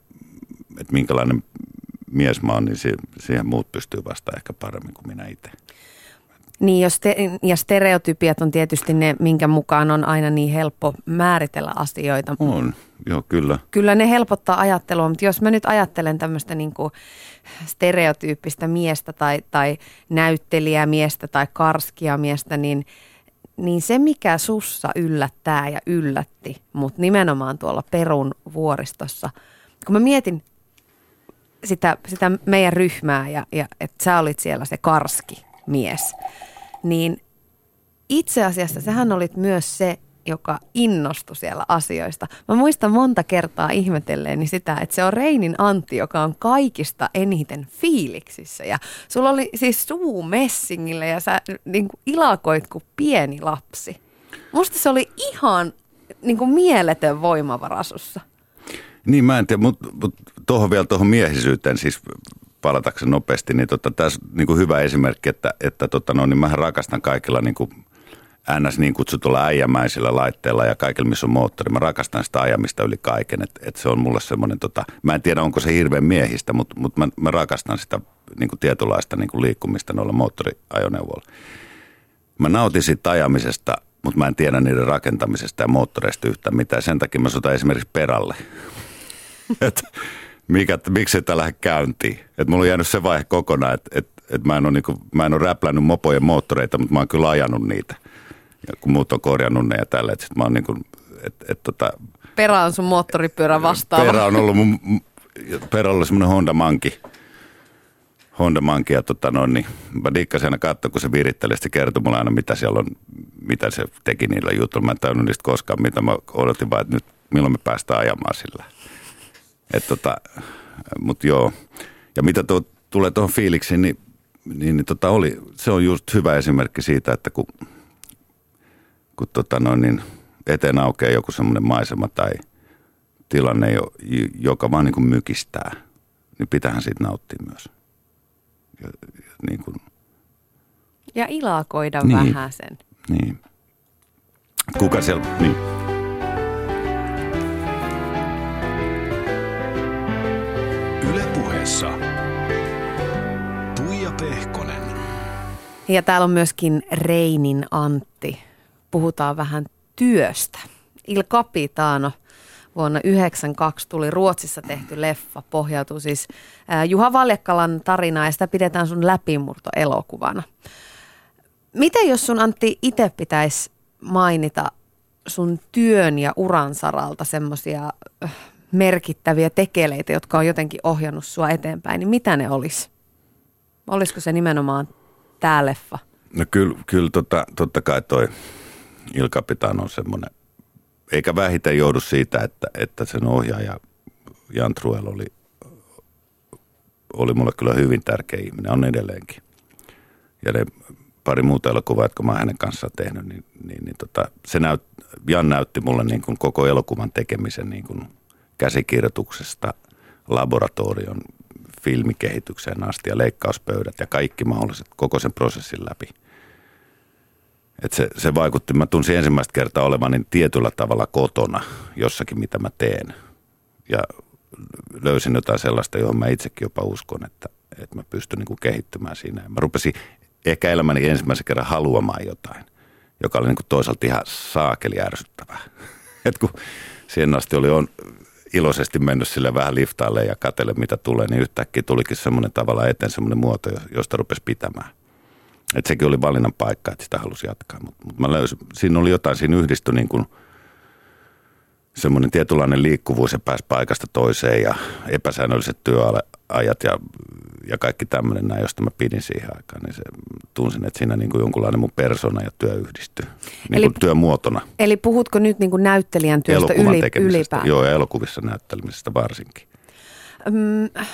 et minkälainen mies mä oon, niin siihen muut pystyy vastaamaan ehkä paremmin kuin minä itse. Niin, jos te, ja stereotypiat on tietysti ne, minkä mukaan on aina niin helppo määritellä asioita. On, joo, kyllä. Kyllä ne helpottaa ajattelua, mutta jos mä nyt ajattelen tämmöistä niin kuin stereotyyppistä miestä tai, tai näyttelijämiestä tai karskia miestä, niin, niin se mikä sussa yllättää ja yllätti, mutta nimenomaan tuolla Perun vuoristossa, kun mä mietin sitä, sitä meidän ryhmää ja, ja että sä olit siellä se karski mies, niin itse asiassa sähän olit myös se, joka innostui siellä asioista. Mä muistan monta kertaa ihmetelleeni sitä, että se on Reinin Antti, joka on kaikista eniten fiiliksissä. Ja sulla oli siis suu messingillä ja sä niin kuin ilakoit kuin pieni lapsi. Musta se oli ihan niin kuin mieletön voimavara sussa. Niin mä en tiedä, mutta mut tuohon vielä tuohon miehisyyteen siis palatakseni nopeasti, niin tota, tässä on niin kuin hyvä esimerkki, että, että tota, no, niin mähän rakastan kaikilla niin kuin ns. Niin kutsutulla äijämäisillä laitteilla ja kaikilla, missä on moottori. Mä rakastan sitä ajamista yli kaiken, että, että se on mulle semmoinen, tota, mä en tiedä onko se hirveän miehistä, mutta, mutta mä, mä rakastan sitä niin kuin tietynlaista niin kuin liikkumista noilla moottoriajoneuvoilla. Mä nautin siitä ajamisesta, mutta mä en tiedä niiden rakentamisesta ja moottoreista yhtään mitään. Sen takia mä sotan esimerkiksi perälle. Et, mikä, miksi sitä lähde käyntiin? Et mulla on jäänyt se vaihe kokonaan, että et, et mä en ole niinku, mä en ole räplännyt mopojen moottoreita, mutta mä oon kyllä ajanut niitä. Ja kun muut on korjannut ne ja tällä, että sit mä oon niinku, et, et, tota, Perä on sun moottoripyörä vastaava. Perä on ollut mun, Perällä oli semmoinen Honda Monkey. Honda Monkey ja tota no, niin mä diikkasin aina katsoa, kun se viritteli, sitten kertoi mulle aina, mitä siellä on, mitä se teki niillä jutuilla. Mä en tajunnut niistä koskaan, mitä mä odotin vaan, että nyt milloin me päästään ajamaan sillä. Että tota, mut joo. Ja mitä tuo, tulee tuohon fiiliksiin, niin, niin, niin tota oli, se on just hyvä esimerkki siitä, että kun, kun tota no, niin eteen aukeaa joku semmoinen maisema tai tilanne, joka vaan niin kuin mykistää, niin pitäähän siitä nauttia myös. Ja, ja, niin kuin, ja ilakoida niin, vähän sen. Niin. Kuka siellä, niin. Yle Puheessa Tuija Pehkonen. Ja täällä on myöskin Reinin Antti. Puhutaan vähän työstä. Il Capitano vuonna yhdeksänkymmentäkaksi tuli Ruotsissa tehty leffa, pohjautuu siis ää, Juha Valjakkalan tarinaa ja sitä pidetään sun läpimurtoelokuvana. Miten jos sun Antti itse pitäisi mainita sun työn ja uran saralta semmoisia äh, merkittäviä tekeleitä, jotka on jotenkin ohjannut sua eteenpäin, niin mitä ne olisi? Olisiko se nimenomaan tää leffa? No kyllä, kyllä tota, totta kai toi Il Capitan on semmoinen, eikä vähiten joudu siitä, että, että sen ohjaaja Jan Truel oli, oli mulle kyllä hyvin tärkeä ihminen, on edelleenkin. Ja ne pari muuta elokuvaa, jotka mä oon hänen kanssaan tehnyt, niin, niin, niin tota, se näyt, Jan näytti mulle niin kuin koko elokuvan tekemisen niin kuin käsikirjoituksesta laboratorion filmikehitykseen asti ja leikkauspöydät ja kaikki mahdolliset koko sen prosessin läpi. Et se, se vaikutti, mä tunsin ensimmäistä kertaa olevani tietyllä tavalla kotona jossakin, mitä mä teen. Ja löysin jotain sellaista, johon mä itsekin jopa uskon, että, että mä pystyn niin kuin kehittymään siinä. Ja mä rupesin ehkä elämäni ensimmäisen kerran haluamaan jotain, joka oli niin kuin toisaalta ihan saakeli ärsyttävää. Et kun siihen asti oli on iloisesti mennyt sille vähän liftaalle ja katselle mitä tulee, niin yhtäkkiä tulikin semmoinen tavalla eteen semmoinen muoto, josta rupesi pitämään. Että sekin oli valinnan paikka, että sitä halusi jatkaa. Mutta mut mä löysin, siinä oli jotain, siinä yhdistyi niin kuin semmoinen tietynlainen liikkuvuus ja pääsi paikasta toiseen ja epäsäännölliset työajat ja, ja kaikki tämmöinen näin, josta mä pidin siihen aikaan. Niin se tunsin, että siinä niin kuin jonkunlainen mun persona ja työ yhdistyi niin kuin työmuotona. Eli puhutko nyt niin kuin näyttelijän työstä Elokuvan yli, ylipäätään? Joo, ja elokuvissa näyttelemisestä varsinkin. Mm,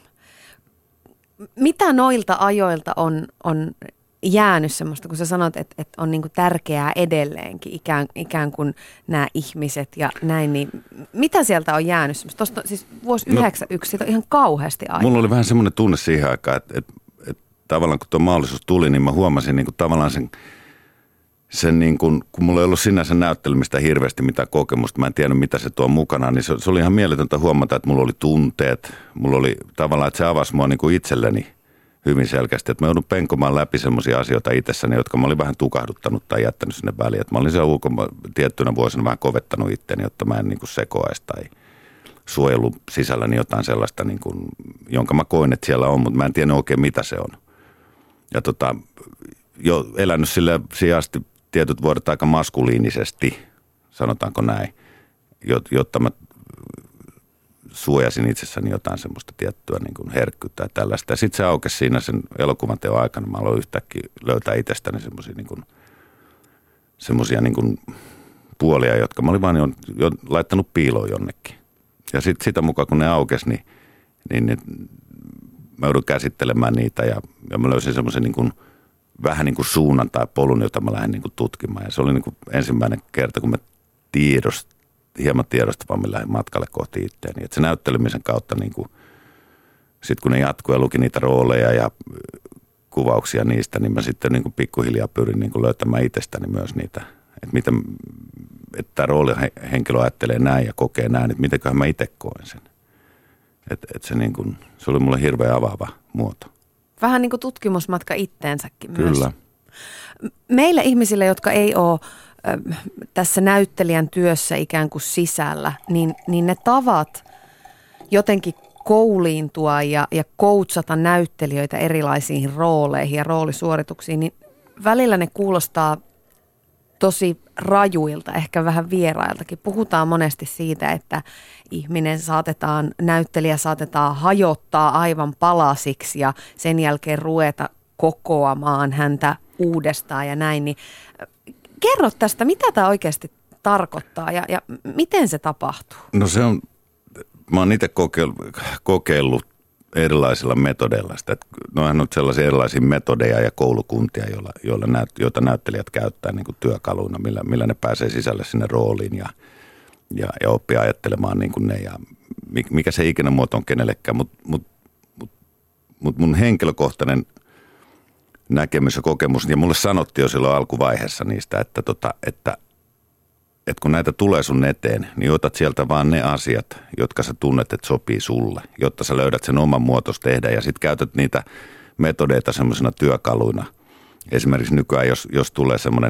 mitä noilta ajoilta on, on jäänyt semmoista, kun sä sanot, että, että on niin kuin tärkeää edelleenkin ikään, ikään kuin nämä ihmiset ja näin, niin mitä sieltä on jäänyt semmoista? Tuosta siis vuosi no, yhdeksänkymmentäyksi, siitä on ihan kauheasti aikaa. Mulla oli vähän semmoinen tunne siihen aikaan, että, että, että tavallaan kun tuo mahdollisuus tuli, niin mä huomasin niin kuin tavallaan sen, sen niin kuin, kun mulla ei ollut sinänsä näyttelemistä hirveästi mitään kokemusta, mä en tiennyt mitä se tuo mukana, niin se, se oli ihan mieletöntä huomata, että mulla oli tunteet, mulla oli tavallaan, että se avasi mua niin kuin itselleni hyvin selkeästi, että mä joudun penkomaan läpi semmoisia asioita itsessäni, jotka mä olin vähän tukahduttanut tai jättänyt sinne väliin. Että mä olin siellä ulkoma tiettynä vuosina vähän kovettanut itteeni, jotta mä en niin kuin sekoaisi tai suojellut sisälläni jotain sellaista, niin kuin, jonka mä koin, että siellä on, mutta mä en tiedä oikein mitä se on. Ja tota, jo elänyt sille sijasti tietyt vuodet aika maskuliinisesti, sanotaanko näin, jotta mä suojasin itsessäni jotain semmoista tiettyä niin kuin herkkyyttä ja tällaista. Ja sitten se aukesi siinä sen elokuvan teon aikana. Mä aloin yhtäkkiä löytää itsestäni semmoisia niin kuin, semmoisia niin kuin puolia, jotka mä olin vaan jo, jo laittanut piiloon jonnekin. Ja sitten sitä mukaan, kun ne aukesi, niin, niin, niin mä joudun käsittelemään niitä ja, ja mä löysin semmoisen niin kuin, vähän niin kuin suunnan tai polun, jota mä lähdin niin kuin tutkimaan. Ja se oli niin kuin ensimmäinen kerta, kun mä tiedostin, hieman tiedostavammin lähdin matkalle kohti itseäni. Että se näyttelemisen kautta, niin kuin, sit kun ne jatkui ja luki niitä rooleja ja kuvauksia niistä, niin mä sitten niin kuin pikkuhiljaa pyrin niin kuin löytämään itsestäni myös niitä, että miten, että tämä roolihenkilö ajattelee näin ja kokee näin, että mitenköhän mä itse koen sen. Että et se, niin kuin, se oli mulle hirveän avaava muoto. Vähän niin kuin tutkimusmatka itteensäkin Kyllä. myös. Meille ihmisille, jotka ei ole tässä näyttelijän työssä ikään kuin sisällä, niin, niin ne tavat jotenkin kouliintua ja, ja coachata näyttelijöitä erilaisiin rooleihin ja roolisuorituksiin, niin välillä ne kuulostaa tosi rajuilta, ehkä vähän vierailtakin. Puhutaan monesti siitä, että ihminen saatetaan, näyttelijä saatetaan hajottaa aivan palasiksi ja sen jälkeen ruveta kokoamaan häntä uudestaan ja näin, niin kerro tästä, mitä tämä oikeasti tarkoittaa ja, ja miten se tapahtuu? No se on, mä oon itse kokeillut, kokeillut erilaisilla metodeilla sitä. Noihän on sellaisia erilaisia metodeja ja koulukuntia, joilla, joilla näyt, joita näyttelijät käyttää niin kuin työkaluina, millä, millä ne pääsee sisälle sinne rooliin ja, ja, ja oppii ajattelemaan niin kuin ne ja mikä se ikinä muoto on kenellekään. Mutta mut, mut, mut mun henkilökohtainen näkemys ja kokemus, ja mulle sanottiin jo silloin alkuvaiheessa niistä, että, tota, että, että kun näitä tulee sun eteen, niin otat sieltä vaan ne asiat, jotka sä tunnet, että sopii sulle, jotta sä löydät sen oman muotos tehdä, ja sitten käytät niitä metodeita semmoisena työkaluina. Esimerkiksi nykyään, jos, jos tulee semmoinen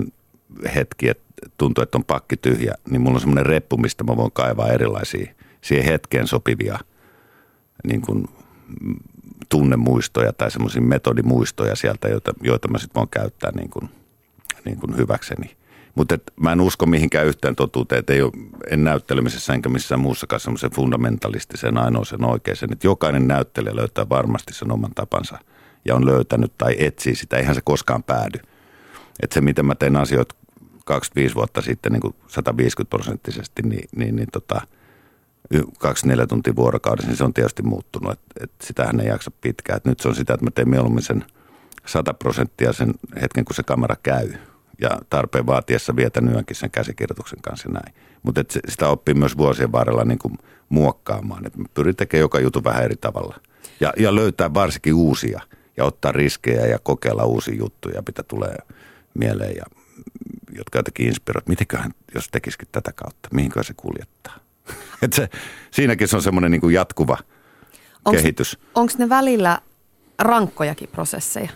hetki, että tuntuu, että on pakki tyhjä, niin mulla on semmoinen reppu, mistä mä voin kaivaa erilaisia siihen hetkeen sopivia niin kuin tunnemuistoja tai semmoisia metodimuistoja sieltä, joita, joita mä sitten voin käyttää niin kuin, niin kuin hyväkseni. Mutta mä en usko mihinkään yhtään totuuteen, että ei ole, en näyttelemisessä enkä missään muussakaan semmoisen fundamentalistisen ainoisen oikeisen, että jokainen näyttelijä löytää varmasti sen oman tapansa ja on löytänyt tai etsii sitä, eihän se koskaan päädy. Että se, miten mä teen asioita kaksikymmentäviisi vuotta sitten niin kuin sata viisikymmentä prosenttisesti, niin, niin, niin tota, kaksikymmentäneljä tuntia vuorokaudessa, niin se on tietysti muuttunut. Että et sitähän ei jaksa pitkään. Et nyt se on sitä, että mä teen mieluummin sen sata prosenttia sen hetken, kun se kamera käy. Ja tarpeen vaatiessa vietän yönkin sen käsikirjoituksen kanssa näin. Mutta sitä oppii myös vuosien varrella niin kuin muokkaamaan. Et mä pyrin tekemään joka jutun vähän eri tavalla. Ja, ja löytää varsinkin uusia ja ottaa riskejä ja kokeilla uusia juttuja, mitä tulee mieleen ja jotka jotenkin inspiroivat. Mitenköhän, jos tekisikin tätä kautta, mihinköhän se kuljettaa? Et se, siinäkin se on semmoinen niin kuin jatkuva onks, kehitys. Onko ne välillä rankkojakin prosesseja?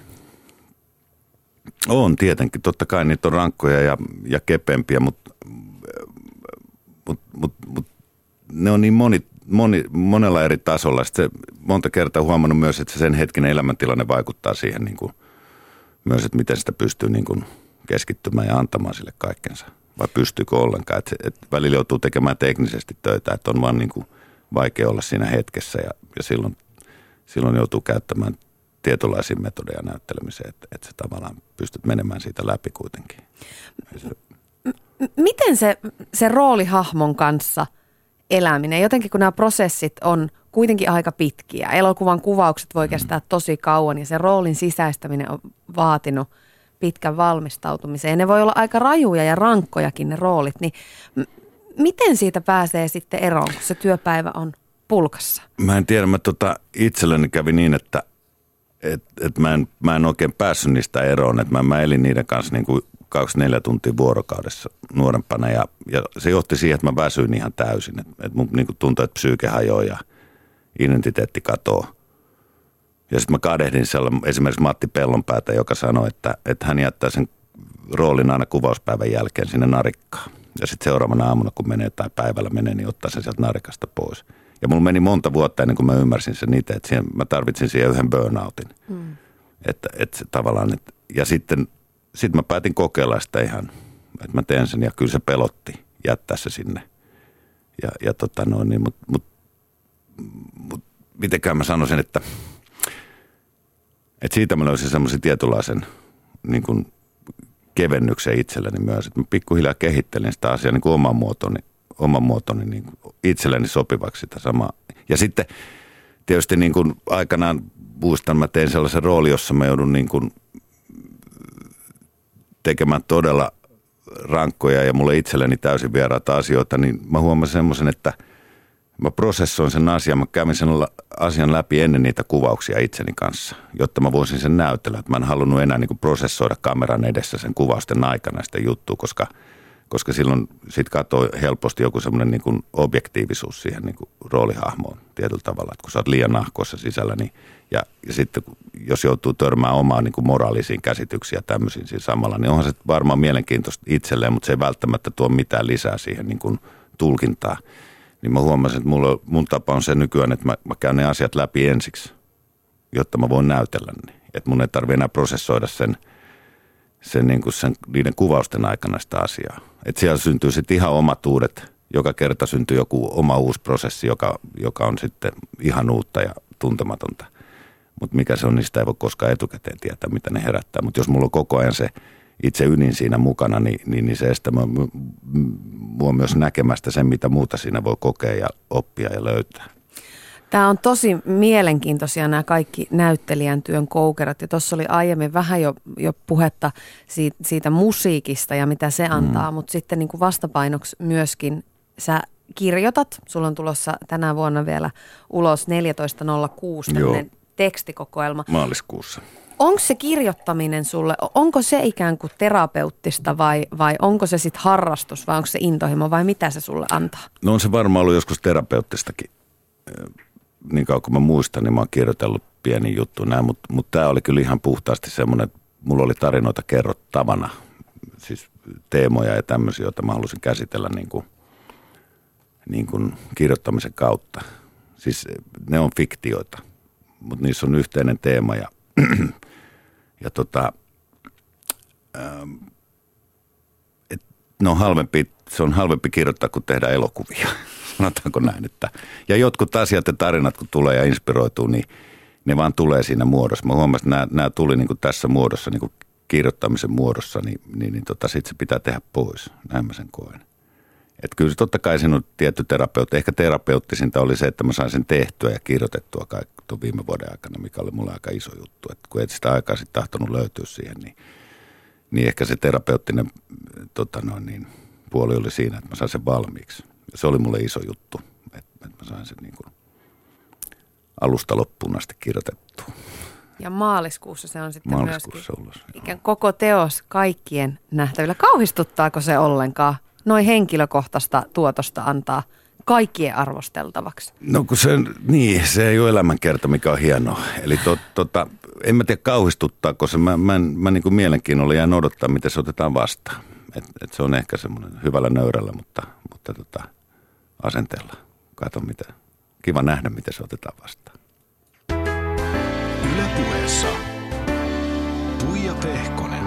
On tietenkin, totta kai niitä on rankkoja ja, ja kepeämpiä, mutta mut, mut, mut, ne on niin moni, moni, monella eri tasolla. Sitten se monta kertaa huomannut myös, että se sen hetkinen elämäntilanne vaikuttaa siihen niin kuin, myös, että miten sitä pystyy niin kuin keskittymään ja antamaan sille kaikkensa. Vai pystyykö ollenkaan. Että et välillä joutuu tekemään teknisesti töitä, että on vaan niin kuin vaikea olla siinä hetkessä ja, ja silloin, silloin joutuu käyttämään tietynlaisia metodeja näyttelemiseen, että, että sä tavallaan pystyt menemään siitä läpi kuitenkin. Miten se, se roolihahmon kanssa eläminen, jotenkin kun nämä prosessit on kuitenkin aika pitkiä, elokuvan kuvaukset voi kestää tosi kauan ja se roolin sisäistäminen on vaatinut pitkän valmistautumisen ja ne voi olla aika rajuja ja rankkojakin ne roolit, niin m- miten siitä pääsee sitten eroon, kun se työpäivä on pulkassa? Mä en tiedä, mä tota, itselleni kävi niin, että et, et mä, en, mä en oikein päässyt niistä eroon, että mä, mä elin niiden kanssa niin kuin kaksikymmentäneljä tuntia vuorokaudessa nuorempana ja, ja se johti siihen, että mä väsyin ihan täysin, että et mun niin kuin tuntui, että psyyke hajoaa ja identiteetti katoo. Ja sitten mä kadehdin siellä esimerkiksi Matti Pellonpäätä, joka sanoi, että, että hän jättää sen roolin aina kuvauspäivän jälkeen sinne narikkaan. Ja sitten seuraavana aamuna, kun menee tai päivällä menee, niin ottaa sen sieltä narikasta pois. Ja mulla meni monta vuotta ennen kuin mä ymmärsin sen itse, että siihen, mä tarvitsin siihen yhden burnoutin. Mm. Että, että tavallaan, että, ja sitten sit mä päätin kokeilla sitä ihan, että mä teen sen ja kyllä se pelotti jättää se sinne. Ja, ja tota noin, niin, mutta mut, mut, mitenkään mä sanoisin, että, että siitä mä löysin semmoisen tietynlaisen niin kuin kevennyksen itselleni myös, että mä pikkuhiljaa kehittelin sitä asiaa niin kuin oman muotoni. oman muotoni niin itselleni sopivaksi sitä samaa. Ja sitten tietysti niin kuin aikanaan muistan, mä tein sellaisen rooli, jossa mä joudun niin kuin tekemään todella rankkoja ja mulle itselleni täysin vieraita asioita, niin mä huomasin semmoisen, että mä prosessoin sen asian, mä kävin sen asian läpi ennen niitä kuvauksia itseni kanssa, jotta mä voisin sen näytellä. Mä en halunnut enää niin kuin prosessoida kameran edessä sen kuvausten aikana sitä juttua, koska koska silloin sit katsoo helposti joku semmoinen niin kuin objektiivisuus siihen niin kuin roolihahmoon tietyllä tavalla. Että kun sä oot liian nahkoissa sisällä, niin ja, ja sitten jos joutuu törmään omaan niin kuin moraalisiin käsityksiin ja tämmöisiin siinä samalla, niin onhan se varmaan mielenkiintoista itselleen, mutta se ei välttämättä tuo mitään lisää siihen niin kuin tulkintaa. Niin mä huomasin, että mulla, mun tapa on se nykyään, että mä, mä käyn ne asiat läpi ensiksi, jotta mä voin näytellä ne. Että mun ei tarvitse enää prosessoida sen sen, niin kuin sen niiden kuvausten aikana sitä asiaa. Että siellä syntyy sitten ihan omat uudet, joka kerta syntyy joku oma uusi prosessi, joka, joka on sitten ihan uutta ja tuntematonta. Mutta mikä se on, niin sitä ei voi koskaan etukäteen tietää, mitä ne herättää. Mutta jos mulla on koko ajan se itse ydin siinä mukana, niin, niin, niin se estää mua myös näkemästä sen, mitä muuta siinä voi kokea ja oppia ja löytää. Tämä on tosi mielenkiintoisia nämä kaikki näyttelijän työn koukerat ja tuossa oli aiemmin vähän jo, jo puhetta siitä, siitä musiikista ja mitä se antaa, mm. mutta sitten niin kuin vastapainoksi myöskin sä kirjoitat, sulla on tulossa tänä vuonna vielä ulos neljätoista nolla kuusi tämmöinen tekstikokoelma. Maaliskuussa. Onko se kirjoittaminen sulle, onko se ikään kuin terapeuttista vai, vai onko se sitten harrastus vai onko se intohimo vai mitä se sulle antaa? No on se varmaan ollut joskus terapeuttistakin. Niin kauan kuin mä muistan, niin mä oon kirjoitellut pieni juttu näin, mutta, mutta tämä oli kyllä ihan puhtaasti semmoinen, että mulla oli tarinoita kerrottavana siis teemoja ja tämmöisiä, joita mä halusin käsitellä niin kuin, niin kuin kirjoittamisen kautta. Siis ne on fiktioita, mutta niissä on yhteinen teema ja, ja tota, ähm, et ne on halvempi, se on halvempi kirjoittaa kuin tehdä elokuvia, sanotaanko näin. Että, ja jotkut asiat ja tarinat, kun tulee ja inspiroituu, niin ne vaan tulee siinä muodossa. Mä huomasin, että nämä, nämä tuli niin kuin tässä muodossa, niin kuin kirjoittamisen muodossa, niin, niin, niin tota, sitten se pitää tehdä pois. Näin mä sen koen. Että kyllä se totta kai siinä on tietty terapeutti. Ehkä terapeuttisinta oli se, että mä sain sen tehtyä ja kirjoitettua kaikki viime vuoden aikana, mikä oli mulle aika iso juttu. Että kun et sitä aikaa sitten tahtonut löytyä siihen, niin, niin ehkä se terapeuttinen tota noin, niin, puoli oli siinä, että mä sain sen valmiiksi. Ja se oli mulle iso juttu, että, että mä sain sen niin kuin alusta loppuun asti kirjoitettua. Ja maaliskuussa se on sitten maaliskuussa myöskin ulos, ikään koko teos kaikkien nähtävillä. Kauhistuttaako se ollenkaan noin henkilökohtaista tuotosta antaa kaikkien arvosteltavaksi? No kun se, niin, se ei ole elämänkerta, mikä on hienoa. Eli to, tota, en mä tiedä kauhistuttaako se. Mä, mä, mä niin kuin mielenkiinnolla jään odottaa, miten se otetaan vastaan. Et, et se on ehkä semmoinen hyvällä nöyrällä, mutta, mutta tota, asenteella. Kato, mitä. Kiva nähdä, miten se otetaan vastaan. Yle Puheessa Tuija Pehkonen.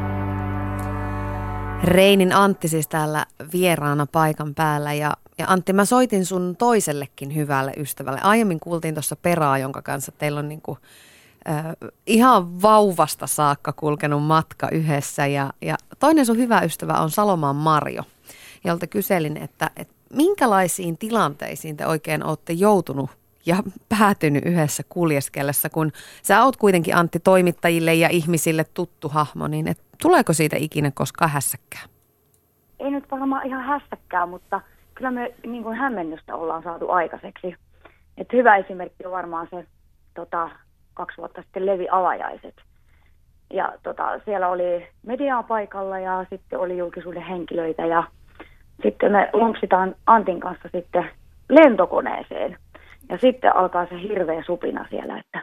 Reinin Antti siis täällä vieraana paikan päällä ja, ja Antti, mä soitin sun toisellekin hyvälle ystävälle. Aiemmin kuultiin tuossa Peraa, jonka kanssa teillä on niinku, äh, ihan vauvasta saakka kulkenut matka yhdessä ja, ja toinen sun hyvä ystävä on Salomaan Marjo, jolta kyselin, että, että minkälaisiin tilanteisiin te oikein olette joutunut ja päätynyt yhdessä kuljeskellessa, kun sä oot kuitenkin Antti toimittajille ja ihmisille tuttu hahmo, niin et, tuleeko siitä ikinä koskaan hässäkkää? Ei nyt varmaan ihan hässäkkää, mutta kyllä me niin kuin hämmennystä ollaan saatu aikaiseksi. Et hyvä esimerkki on varmaan se tota, kaksi vuotta sitten Levi-avajaiset. Ja tota, siellä oli mediaa paikalla ja sitten oli julkisuuden henkilöitä ja sitten me lonksitaan Antin kanssa sitten lentokoneeseen. Ja sitten alkaa se hirveä supina siellä, että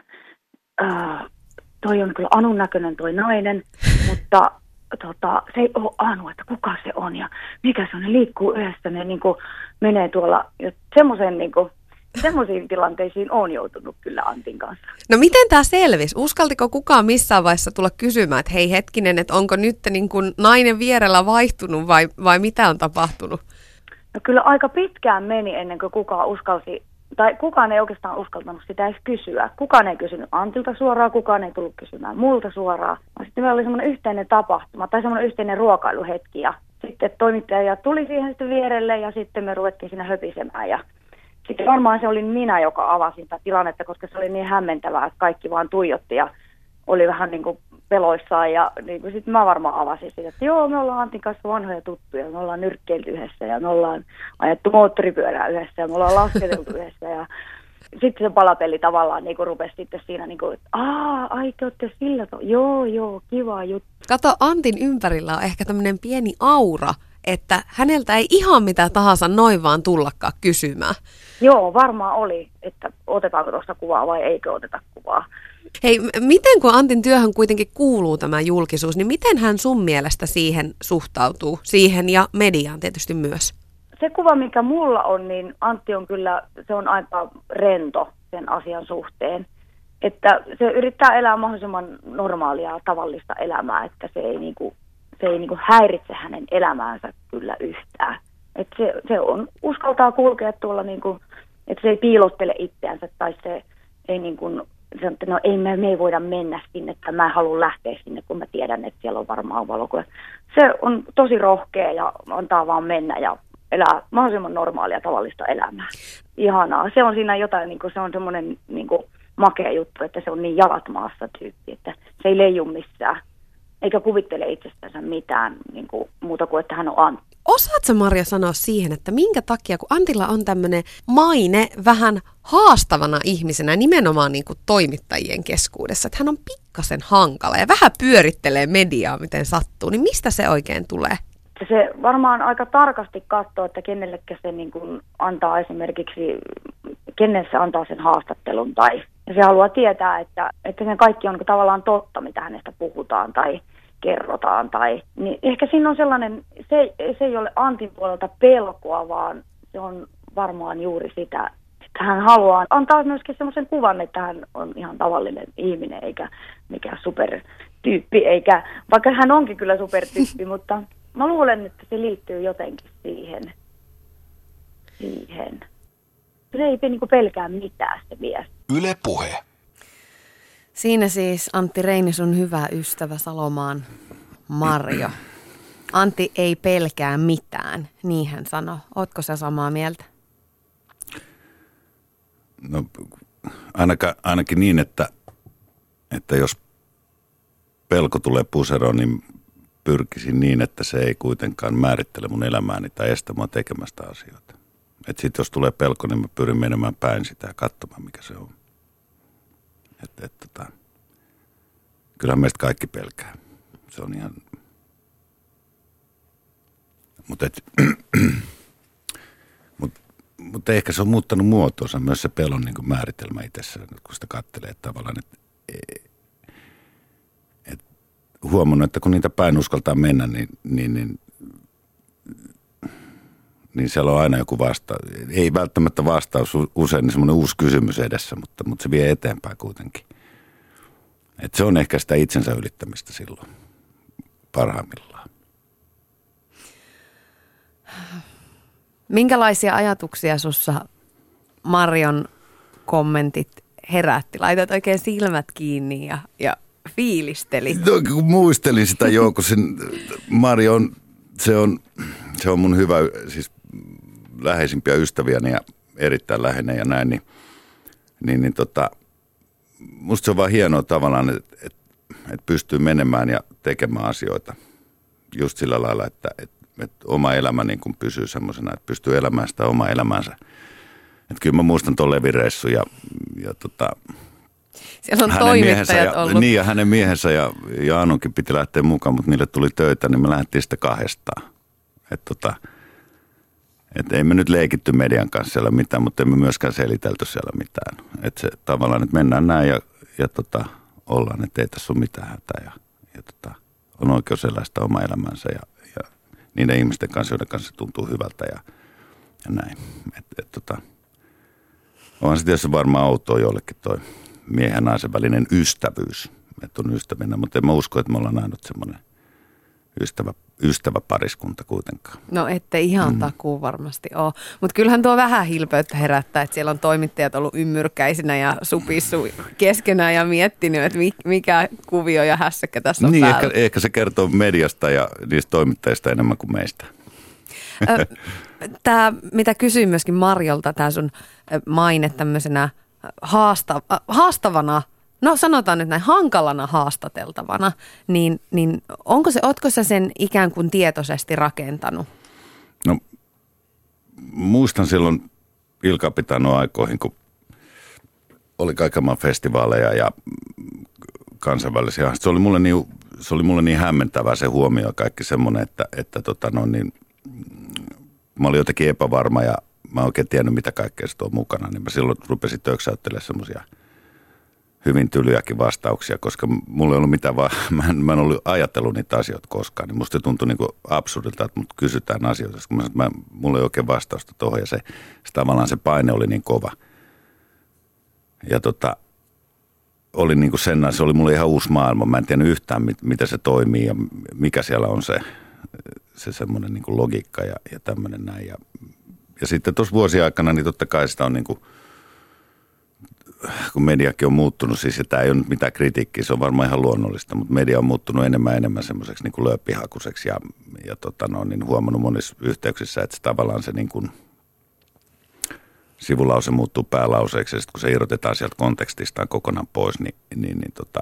ää, toi on kyllä Anun näköinen toi nainen, mutta tota, se ei ole Anu, että kuka se on ja mikä se on. Ne liikkuu yhdessä, ne niin kuin menee tuolla. Semmoisen niin kuin, semmoisiin tilanteisiin on joutunut kyllä Antin kanssa. No miten tämä selvisi? Uskaltiko kukaan missään vaiheessa tulla kysymään, että hei hetkinen, että onko nyt niin kuin nainen vierellä vaihtunut vai, vai mitä on tapahtunut? No kyllä aika pitkään meni ennen kuin kukaan uskalsi, tai kukaan ei oikeastaan uskaltanut sitä edes kysyä. Kukaan ei kysynyt Antilta suoraan, kukaan ei tullut kysymään multa suoraan. Sitten meillä oli semmoinen yhteinen tapahtuma tai semmoinen yhteinen ruokailuhetki ja sitten toimittaja tuli siihen sitten vierelle ja sitten me ruvettiin siinä höpisemään ja sitten varmaan se oli minä, joka avasi sitä tilannetta, koska se oli niin hämmentävää, että kaikki vaan tuijotti ja oli vähän niin kuin peloissaan. Ja niin kuin sitten mä varmaan avasin sitä, että joo, me ollaan Antin kanssa vanhoja tuttuja, me ollaan nyrkkeilty yhdessä ja me ollaan ajettu moottoripyörää yhdessä ja me ollaan lasketeltu yhdessä. Ja sitten se palapeli tavallaan niin kuin rupesi sitten siinä, niin kuin, että aah, ai te olette sillä tavalla, joo, joo, kiva juttu. Kato, Antin ympärillä on ehkä tämmöinen pieni aura, että häneltä ei ihan mitä tahansa noin vaan tullakaan kysymään. Joo, varmaan oli, että otetaanko tuosta kuvaa vai eikö oteta kuvaa. Hei, miten kun Antin työhön kuitenkin kuuluu tämä julkisuus, niin miten hän sun mielestä siihen suhtautuu, siihen ja mediaan tietysti myös? Se kuva, mikä mulla on, niin Antti on kyllä, se on aika rento sen asian suhteen. Että se yrittää elää mahdollisimman normaalia, tavallista elämää, että se ei niinku se ei niinku häiritse hänen elämäänsä kyllä yhtään. Et se, se on, uskaltaa kulkea tuolla, niinku, että se ei piilottele itseänsä tai se ei niinku, se, että no ei me, me ei voida mennä sinne tai mä en halua lähteä sinne, kun mä tiedän, että siellä on varmaan valokuva. Se on tosi rohkea ja antaa vaan mennä ja elää mahdollisimman normaalia tavallista elämää. Ihanaa. Se on siinä jotain, niinku, se on semmoinen niinku, makea juttu, että se on niin jalat maassa tyyppi, että se ei leiju missään. Eikä kuvittele itsestänsä mitään niin kuin, muuta kuin, että hän on Antti. Osaatko Marja sanoa siihen, että minkä takia, kun Antilla on tämmöinen maine vähän haastavana ihmisenä, nimenomaan niin kuin toimittajien keskuudessa, että hän on pikkasen hankala ja vähän pyörittelee mediaa, miten sattuu, niin mistä se oikein tulee? Se varmaan aika tarkasti katsoo, että kenellekä se niin kuin antaa esimerkiksi, kenelle se antaa sen haastattelun tai ja se haluaa tietää, että, että se kaikki on tavallaan totta, mitä hänestä puhutaan tai kerrotaan. Tai, niin ehkä siinä on sellainen, se, se ei ole Antin puolelta pelkoa, vaan se on varmaan juuri sitä, että hän haluaa antaa myöskin semmoisen kuvan, että hän on ihan tavallinen ihminen eikä mikään supertyyppi, eikä, vaikka hän onkin kyllä supertyyppi, mutta mä luulen, että se liittyy jotenkin siihen. siihen. Se ei niinku pelkää mitään se mies. Yle Puhe. Siinä siis Antti Reini, sun hyvä ystävä Salomaan Marjo. Antti ei pelkää mitään, niin hän sanoi. Ootko sä samaa mieltä? No ainakin, ainakin niin, että, että jos pelko tulee puseroon, niin pyrkisin niin, että se ei kuitenkaan määrittele mun elämääni tai estä mua tekemästä asioita. Että sitten jos tulee pelko, niin mä pyrin menemään päin sitä ja katsomaan, mikä se on. Et, et, tota, kyllähän meistä kaikki pelkää. Se on ihan... Mutta mut, mut ehkä se on muuttanut muotoonsa myös se pelon niin kuin määritelmä itsessään, kun sitä katselee tavallaan, että et, huomannut, että kun niitä päin uskaltaa mennä, niin, niin, niin, niin siellä on aina joku vastaus. Ei välttämättä vastaus, usein niin semmoinen uusi kysymys edessä, mutta, mutta se vie eteenpäin kuitenkin. Et se on ehkä sitä itsensä ylittämistä silloin parhaimmillaan. Minkälaisia ajatuksia sussa Marjon kommentit herätti? Laitat oikein silmät kiinni ja, ja fiilistelit. No, kun muistelin sitä joo, kun sen Marjo on, se on, se on mun hyvä, siis läheisimpiä ystäviäni ja erittäin läheinen ja näin, niin, niin, niin tota, musta se on vaan hienoa tavallaan, että, että, että pystyy menemään ja tekemään asioita just sillä lailla, että, että että oma elämä niin kuin pysyy semmoisena, että pystyy elämään sitä omaa elämäänsä. Että kyllä mä muistan tuon Levireissun ja, ja tota, siellä on toimittajat ja, ollut. Niin ja hänen miehensä ja, ja Anunkin piti lähteä mukaan, mutta niille tuli töitä, niin me lähdettiin sitä kahdestaan. Että tota, et ei me nyt leikitty median kanssa siellä mitään, mutta emme myöskään selitelty siellä mitään. Että se tavallaan, että mennään näin ja, ja tota, ollaan, että ei tässä ole mitään hätää ja, ja tota, on oikeus elää sitä omaa elämäänsä ja niiden ihmisten kanssa, joiden kanssa se tuntuu hyvältä ja, ja näin. Et, et, tota, onhan se tietysti varmaan outoa jollekin toi miehen ja naisen välinen ystävyys, että on ystävinä, mutta en mä usko, että me ollaan ainut semmoinen ystävä, ystäväpariskunta kuitenkaan. No ette ihan mm. takuu varmasti ole, mutta kyllähän tuo vähän hilpeyttä herättää, että siellä on toimittajat ollut ymmyrkäisinä ja supissu keskenään ja miettinyt, että mikä kuvio ja hässäkkä tässä on niin, päällä. Ehkä, ehkä se kertoo mediasta ja niistä toimittajista enemmän kuin meistä. Tämä, mitä kysyin myöskin Marjolta, tämä sun maine tämmöisenä haasta, haastavana, no sanotaan nyt näin hankalana haastateltavana, niin, niin onko se, ootko sä sen ikään kuin tietoisesti rakentanut? No muistan silloin Ilkapitanon aikoihin, kun oli kaikenmaan festivaaleja ja kansainvälisiä. Se oli mulle niin, se oli mulle niin hämmentävää se huomio ja kaikki semmoinen, että, että tota no niin, mä olin jotenkin epävarma ja mä en oikein tiennyt, mitä kaikkea se tuo mukana. Niin mä silloin rupesin töksäyttelemään semmoisia hyvin tylyjäkin vastauksia, koska mulla ei ollut mitään vaan, mä en, mä en ollut ajatellut niitä asioita koskaan. Niin musta se tuntui niin kuin absurdilta, että mut kysytään asioita, kun mä sanoin, että mä, mulla ei oikein vastausta tuohon ja se, se tavallaan se paine oli niin kova. Ja tota, oli niin kuin sen, se oli mulle ihan uusi maailma. Mä en tiennyt yhtään, mit, miten se toimii ja mikä siellä on se, se semmoinen niin kuin logiikka ja, ja tämmöinen näin. Ja, ja sitten tuossa vuosien aikana, niin totta kai sitä on niin kuin, kun mediakin on muuttunut, siis tämä ei ole nyt mitään kritiikkiä, se on varmaan ihan luonnollista, mutta media on muuttunut enemmän ja enemmän semmoiseksi niin kuin lööppihakuiseksi ja, ja tota, no, niin huomannut monissa yhteyksissä, että se tavallaan se niin kuin sivulause muuttuu päälauseeksi ja sitten kun se irrotetaan sieltä kontekstistaan kokonaan pois, niin, niin, niin tota,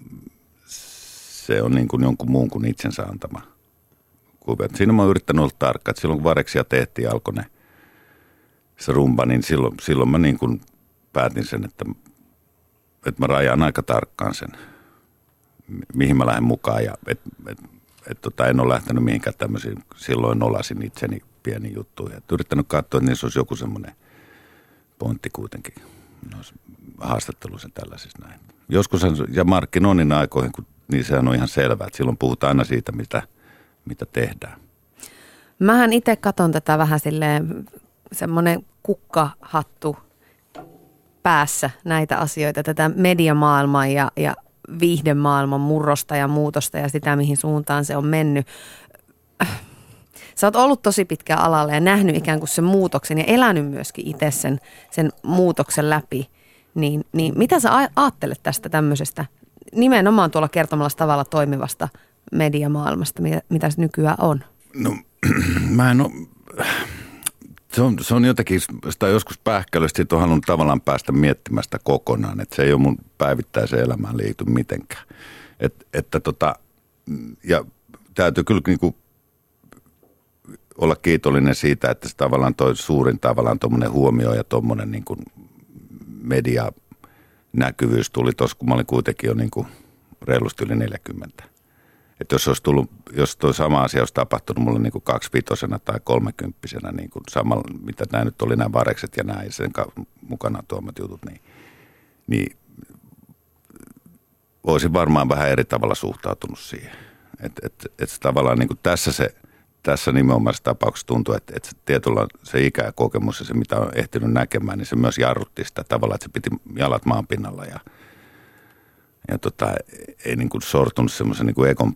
se on niin kuin jonkun muun kuin itsensä antama kuvia. Siinä mä oon yrittänyt olla tarkka, että silloin kun Vareksia tehtiin, alkoi ne, se rumba, niin silloin, silloin mä niin kuin päätin sen, että, että mä rajaan aika tarkkaan sen, mihin mä lähden mukaan ja et, et, et, tota, en ole lähtenyt mihinkään tämmöisiin, silloin nolasin itseni pieniin juttuihin. Et yrittänyt katsoa, että niissä olisi joku semmoinen pointti kuitenkin noissa haastatteluissa tällaisissa näin. Joskus, ja Markki Nonnin aikoihin, kun niin sehän on ihan selvää, että silloin puhutaan aina siitä, mitä, mitä tehdään. Mähän itse katon tätä vähän silleen semmoinen kukkahattu päässä näitä asioita, tätä mediamaailmaa ja, ja viihdemaailman murrosta ja muutosta ja sitä, mihin suuntaan se on mennyt. Sä oot ollut tosi pitkään alalla ja nähnyt ikään kuin sen muutoksen ja elänyt myöskin itse sen, sen muutoksen läpi. Niin, niin mitä sä ajattelet tästä tämmöisestä nimenomaan tuolla kertomalla tavalla toimivasta mediamaailmasta, mitä, mitä se nykyään on? No mä en ole, se on, se on jotenkin, sitä joskus pähkäilystä, siitä on halunnut tavallaan päästä miettimään sitä kokonaan, että se ei ole mun päivittäiseen elämään liity mitenkään. Et, että tota, ja täytyy kyllä niinku olla kiitollinen siitä, että se tavallaan toi suurin tavallaan tuommoinen huomio ja tuommoinen niin kuin medianäkyvyys tuli tuossa, kun mä olin kuitenkin jo niin kuin reilusti yli neljäkymmentä. Että jos olisi tullut, jos tuo sama asia olisi tapahtunut mulle niin kuin kaksivitosena tai kolmekymppisenä, niin kuin samalla, mitä nämä nyt oli, nämä varekset ja nämä ja sen mukana tuomat jutut, niin, niin olisin varmaan vähän eri tavalla suhtautunut siihen. Että et, et tavallaan niin kuin tässä se, tässä nimenomaisessa tapauksessa tuntuu, että, että tietyllä se ikä ja kokemus ja se, mitä on ehtinyt näkemään, niin se myös jarrutti sitä tavalla, että se piti jalat maan pinnalla ja, ja tota, ei niin kuin sortunut semmoisen niin kuin egon,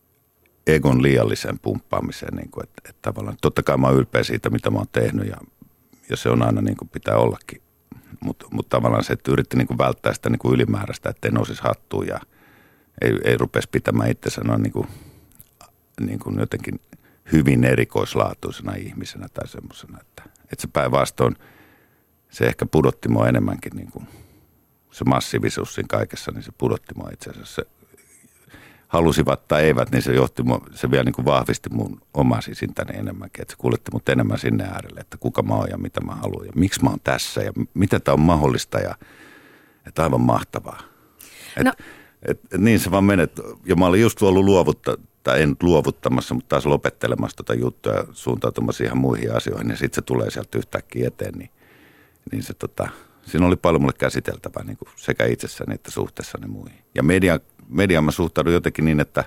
egon liialliseen pumppaamiseen. Niin kuin, että, että tavallaan, totta kai mä oon ylpeä siitä, mitä mä oon tehnyt ja, ja se on aina niin kuin pitää ollakin. Mutta mut tavallaan se, että yritti niin kuin välttää sitä niin kuin ylimääräistä, ettei nousisi hattuun ja ei, ei rupesi pitämään itsensä noin niin kuin, niin kuin jotenkin hyvin erikoislaatuisena ihmisenä tai semmoisena, että, että se päinvastoin, se ehkä pudotti mua enemmänkin, niin kuin se massiivisuus siinä kaikessa, niin se pudotti mua itse asiassa. Se, halusivat tai eivät, niin se johti mua, se vielä niin kuin vahvisti mun omaa sisintäni enemmänkin, että se kuljetti mut enemmän sinne äärelle, että kuka mä oon ja mitä mä haluan ja miksi mä oon tässä ja miten tää on mahdollista ja että aivan mahtavaa. Et, no. et, et niin se vaan menet, ja mä olin just ollut luovuttaa, tai en nyt luovuttamassa, mutta taas lopettelemassa tota juttua ja suuntautumassa ihan muihin asioihin. Ja sitten se tulee sieltä yhtäkkiä eteen, niin, niin se tota, siinä oli paljon mulle käsiteltävää niin kuin sekä itsessäni että suhteessani muihin. Ja media, mediaan mä suhtaudun jotenkin niin, että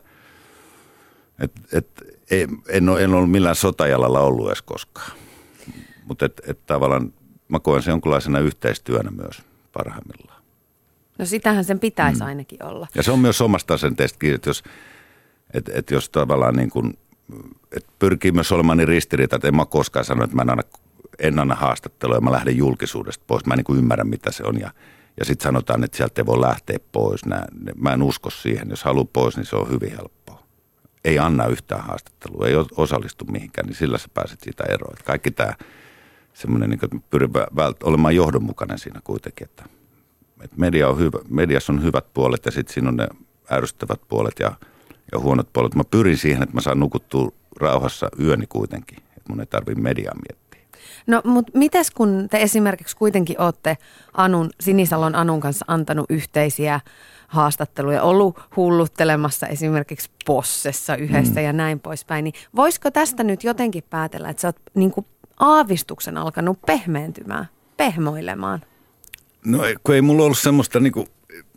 et, et, en, ole, en ole millään sotajalalla ollut edes koskaan. Mutta et, et tavallaan mä koen sen jonkunlaisena yhteistyönä myös parhaimmillaan. No sitähän sen pitäisi mm. ainakin olla. Ja se on myös omasta asenteestakin, että jos Että et jos tavallaan niin kuin, että pyrkii myös olemaan niin ristiriita, että en mä koskaan sano, että mä en anna, en anna haastattelua ja mä lähden julkisuudesta pois. Mä en niin kuin ymmärrä, mitä se on ja, ja sitten sanotaan, että sieltä ei voi lähteä pois. Nää, mä en usko siihen. Jos haluaa pois, niin se on hyvin helppoa. Ei anna yhtään haastattelua, ei osallistu mihinkään, niin sillä sä pääset siitä eroon. Että kaikki tämä semmoinen, niin että pyrin olemaan johdonmukainen siinä kuitenkin, että, että media on hyvä, mediassa on hyvät puolet ja sitten siinä on ne ärsyttävät puolet ja ja huonot puolet. Mä pyrin siihen, että mä saan nukuttua rauhassa yöni kuitenkin, että mun ei tarvitse mediaa miettiä. No, mutta mites kun te esimerkiksi kuitenkin olette Anun, Sinisalon Anun kanssa antanut yhteisiä haastatteluja, ollut hulluttelemassa esimerkiksi Possessa yhdessä mm. ja näin poispäin, niin voisiko tästä nyt jotenkin päätellä, että sä oot niin kuin aavistuksen alkanut pehmeentymään, pehmoilemaan? No kun ei mulla ollut semmoista niinku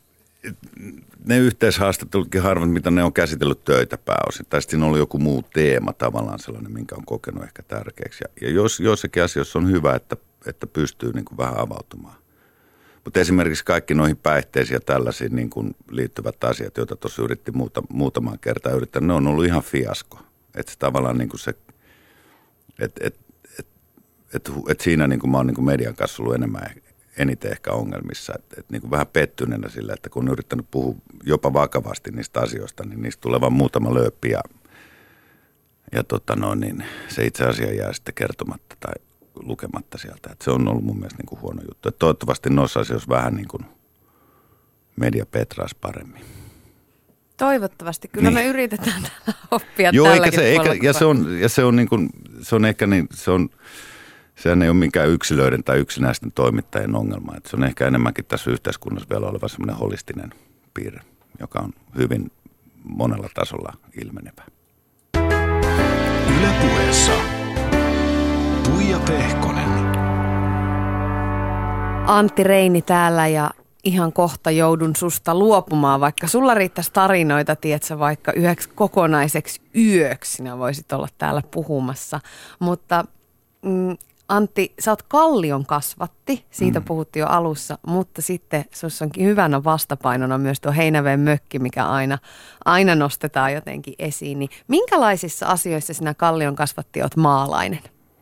ne yhteishaastattelutkin harvat, mitä ne on käsitellyt töitä pääosin. Tai sitten on ollut joku muu teema tavallaan sellainen, minkä on kokenut ehkä tärkeäksi. Ja, ja jos, joissakin asioissa on hyvä, että, että pystyy niin kuin vähän avautumaan. Mutta esimerkiksi kaikki noihin päihteisiin ja tällaisiin niin kuin liittyvät asiat, joita tuossa yritti muuta, muutamaan kertaa yrittää, ne on ollut ihan fiasko. Että tavallaan niin kuin se, että et, et, et, et siinä niin kuin mä oon niin kuin median kanssa ollut enemmän eniten ehkä ongelmissa, että, että niin kuin vähän pettyneenä sillä, että kun on yrittänyt puhua jopa vakavasti niistä asioista, niin niistä tulee vaan muutama lööppi ja, ja tota no, niin se itse asia jää sitten kertomatta tai lukematta sieltä. Että se on ollut mun mielestä niin kuin huono juttu. Että toivottavasti noissa asioissa vähän niin kuin media petraisi paremmin. Toivottavasti. Kyllä niin. Me yritetään oppia Joo, tälläkin eikä se, puolella. Eikä, ja se on, ja se on niin kuin, se on ehkä niin, se on, sehän ei ole minkään yksilöiden tai yksinäisten toimittajien ongelma. Että se on ehkä enemmänkin tässä yhteiskunnassa vielä oleva semmoinen holistinen piirre, joka on hyvin monella tasolla ilmenevä. Yle Puheessa Tuija Pehkonen. Antti Reini täällä ja ihan kohta joudun susta luopumaan, vaikka sulla riittäisi tarinoita, tietsä, vaikka yhdeksi kokonaiseksi yöksi sinä voisit olla täällä puhumassa. Mutta mm, Antti, sä oot kallion kasvatti, siitä mm. puhuttiin jo alussa, mutta sitten sus onkin hyvänä vastapainona myös tuo Heinäveen mökki, mikä aina, aina nostetaan jotenkin esiin. Niin minkälaisissa asioissa sinä kallion kasvatti oot maalainen?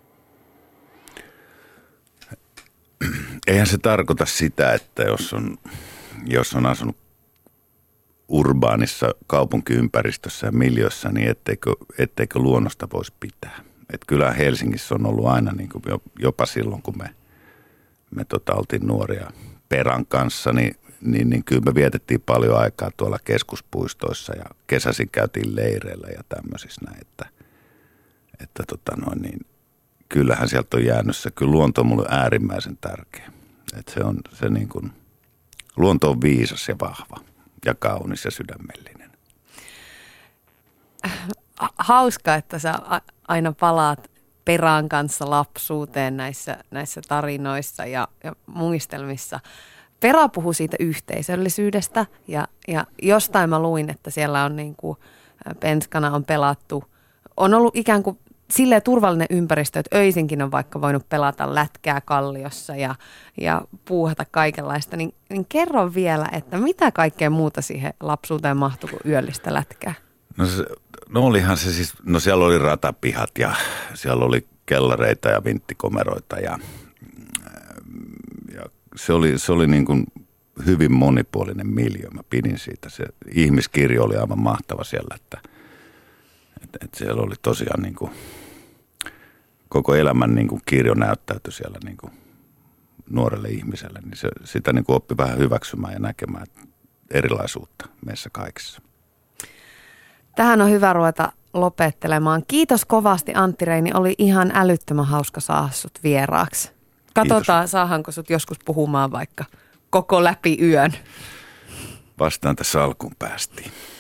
Eihän se tarkoita sitä, että jos on, jos on asunut urbaanissa kaupunkiympäristössä ja miljöissä, niin etteikö, etteikö luonnosta voisi pitää. Et kyllä Helsingissä on ollut aina niin kuin jopa silloin, kun me, me tota, oltiin nuoria perän kanssa, niin, niin, niin kyllä me vietettiin paljon aikaa tuolla keskuspuistoissa ja kesäisin käytiin leireillä ja tämmöisissä näin, että, että tota noin niin, kyllähän sieltä on jäänyt se, kyllä luonto on mulle äärimmäisen tärkeä. Että se on se niin kuin, luonto on viisas ja vahva ja kaunis ja sydämellinen. Hauska, että sä aina palaat perään kanssa lapsuuteen näissä, näissä tarinoissa ja, ja muistelmissa. Perä puhuu siitä yhteisöllisyydestä ja, ja jostain mä luin, että siellä on niin kuin penskana on pelattu, on ollut ikään kuin silleen turvallinen ympäristö, että öisinkin on vaikka voinut pelata lätkää kalliossa ja, ja puuhata kaikenlaista. Niin, niin kerro vielä, että mitä kaikkea muuta siihen lapsuuteen mahtui kuin yöllistä lätkää? No, se, no olihan se siis, no siellä oli ratapihat ja siellä oli kellareita ja vinttikomeroita ja, ja se oli, se oli niin kuin hyvin monipuolinen miljöö. Mä pidin siitä. Se ihmiskirjo oli aivan mahtava siellä, että, että, että siellä oli tosiaan niin kuin koko elämän niin kuin kirjo näyttäytyi siellä niin kuin nuorelle ihmiselle. Niin se, sitä niin kuin oppi vähän hyväksymään ja näkemään erilaisuutta meissä kaikissa. Tähän on hyvä ruveta lopettelemaan. Kiitos kovasti Antti Reini. Oli ihan älyttömän hauska saada sut vieraaksi. Katsotaan, Kiitos. Saahanko sut joskus puhumaan vaikka koko läpi yön. Vastaan tässä alkuun päästiin.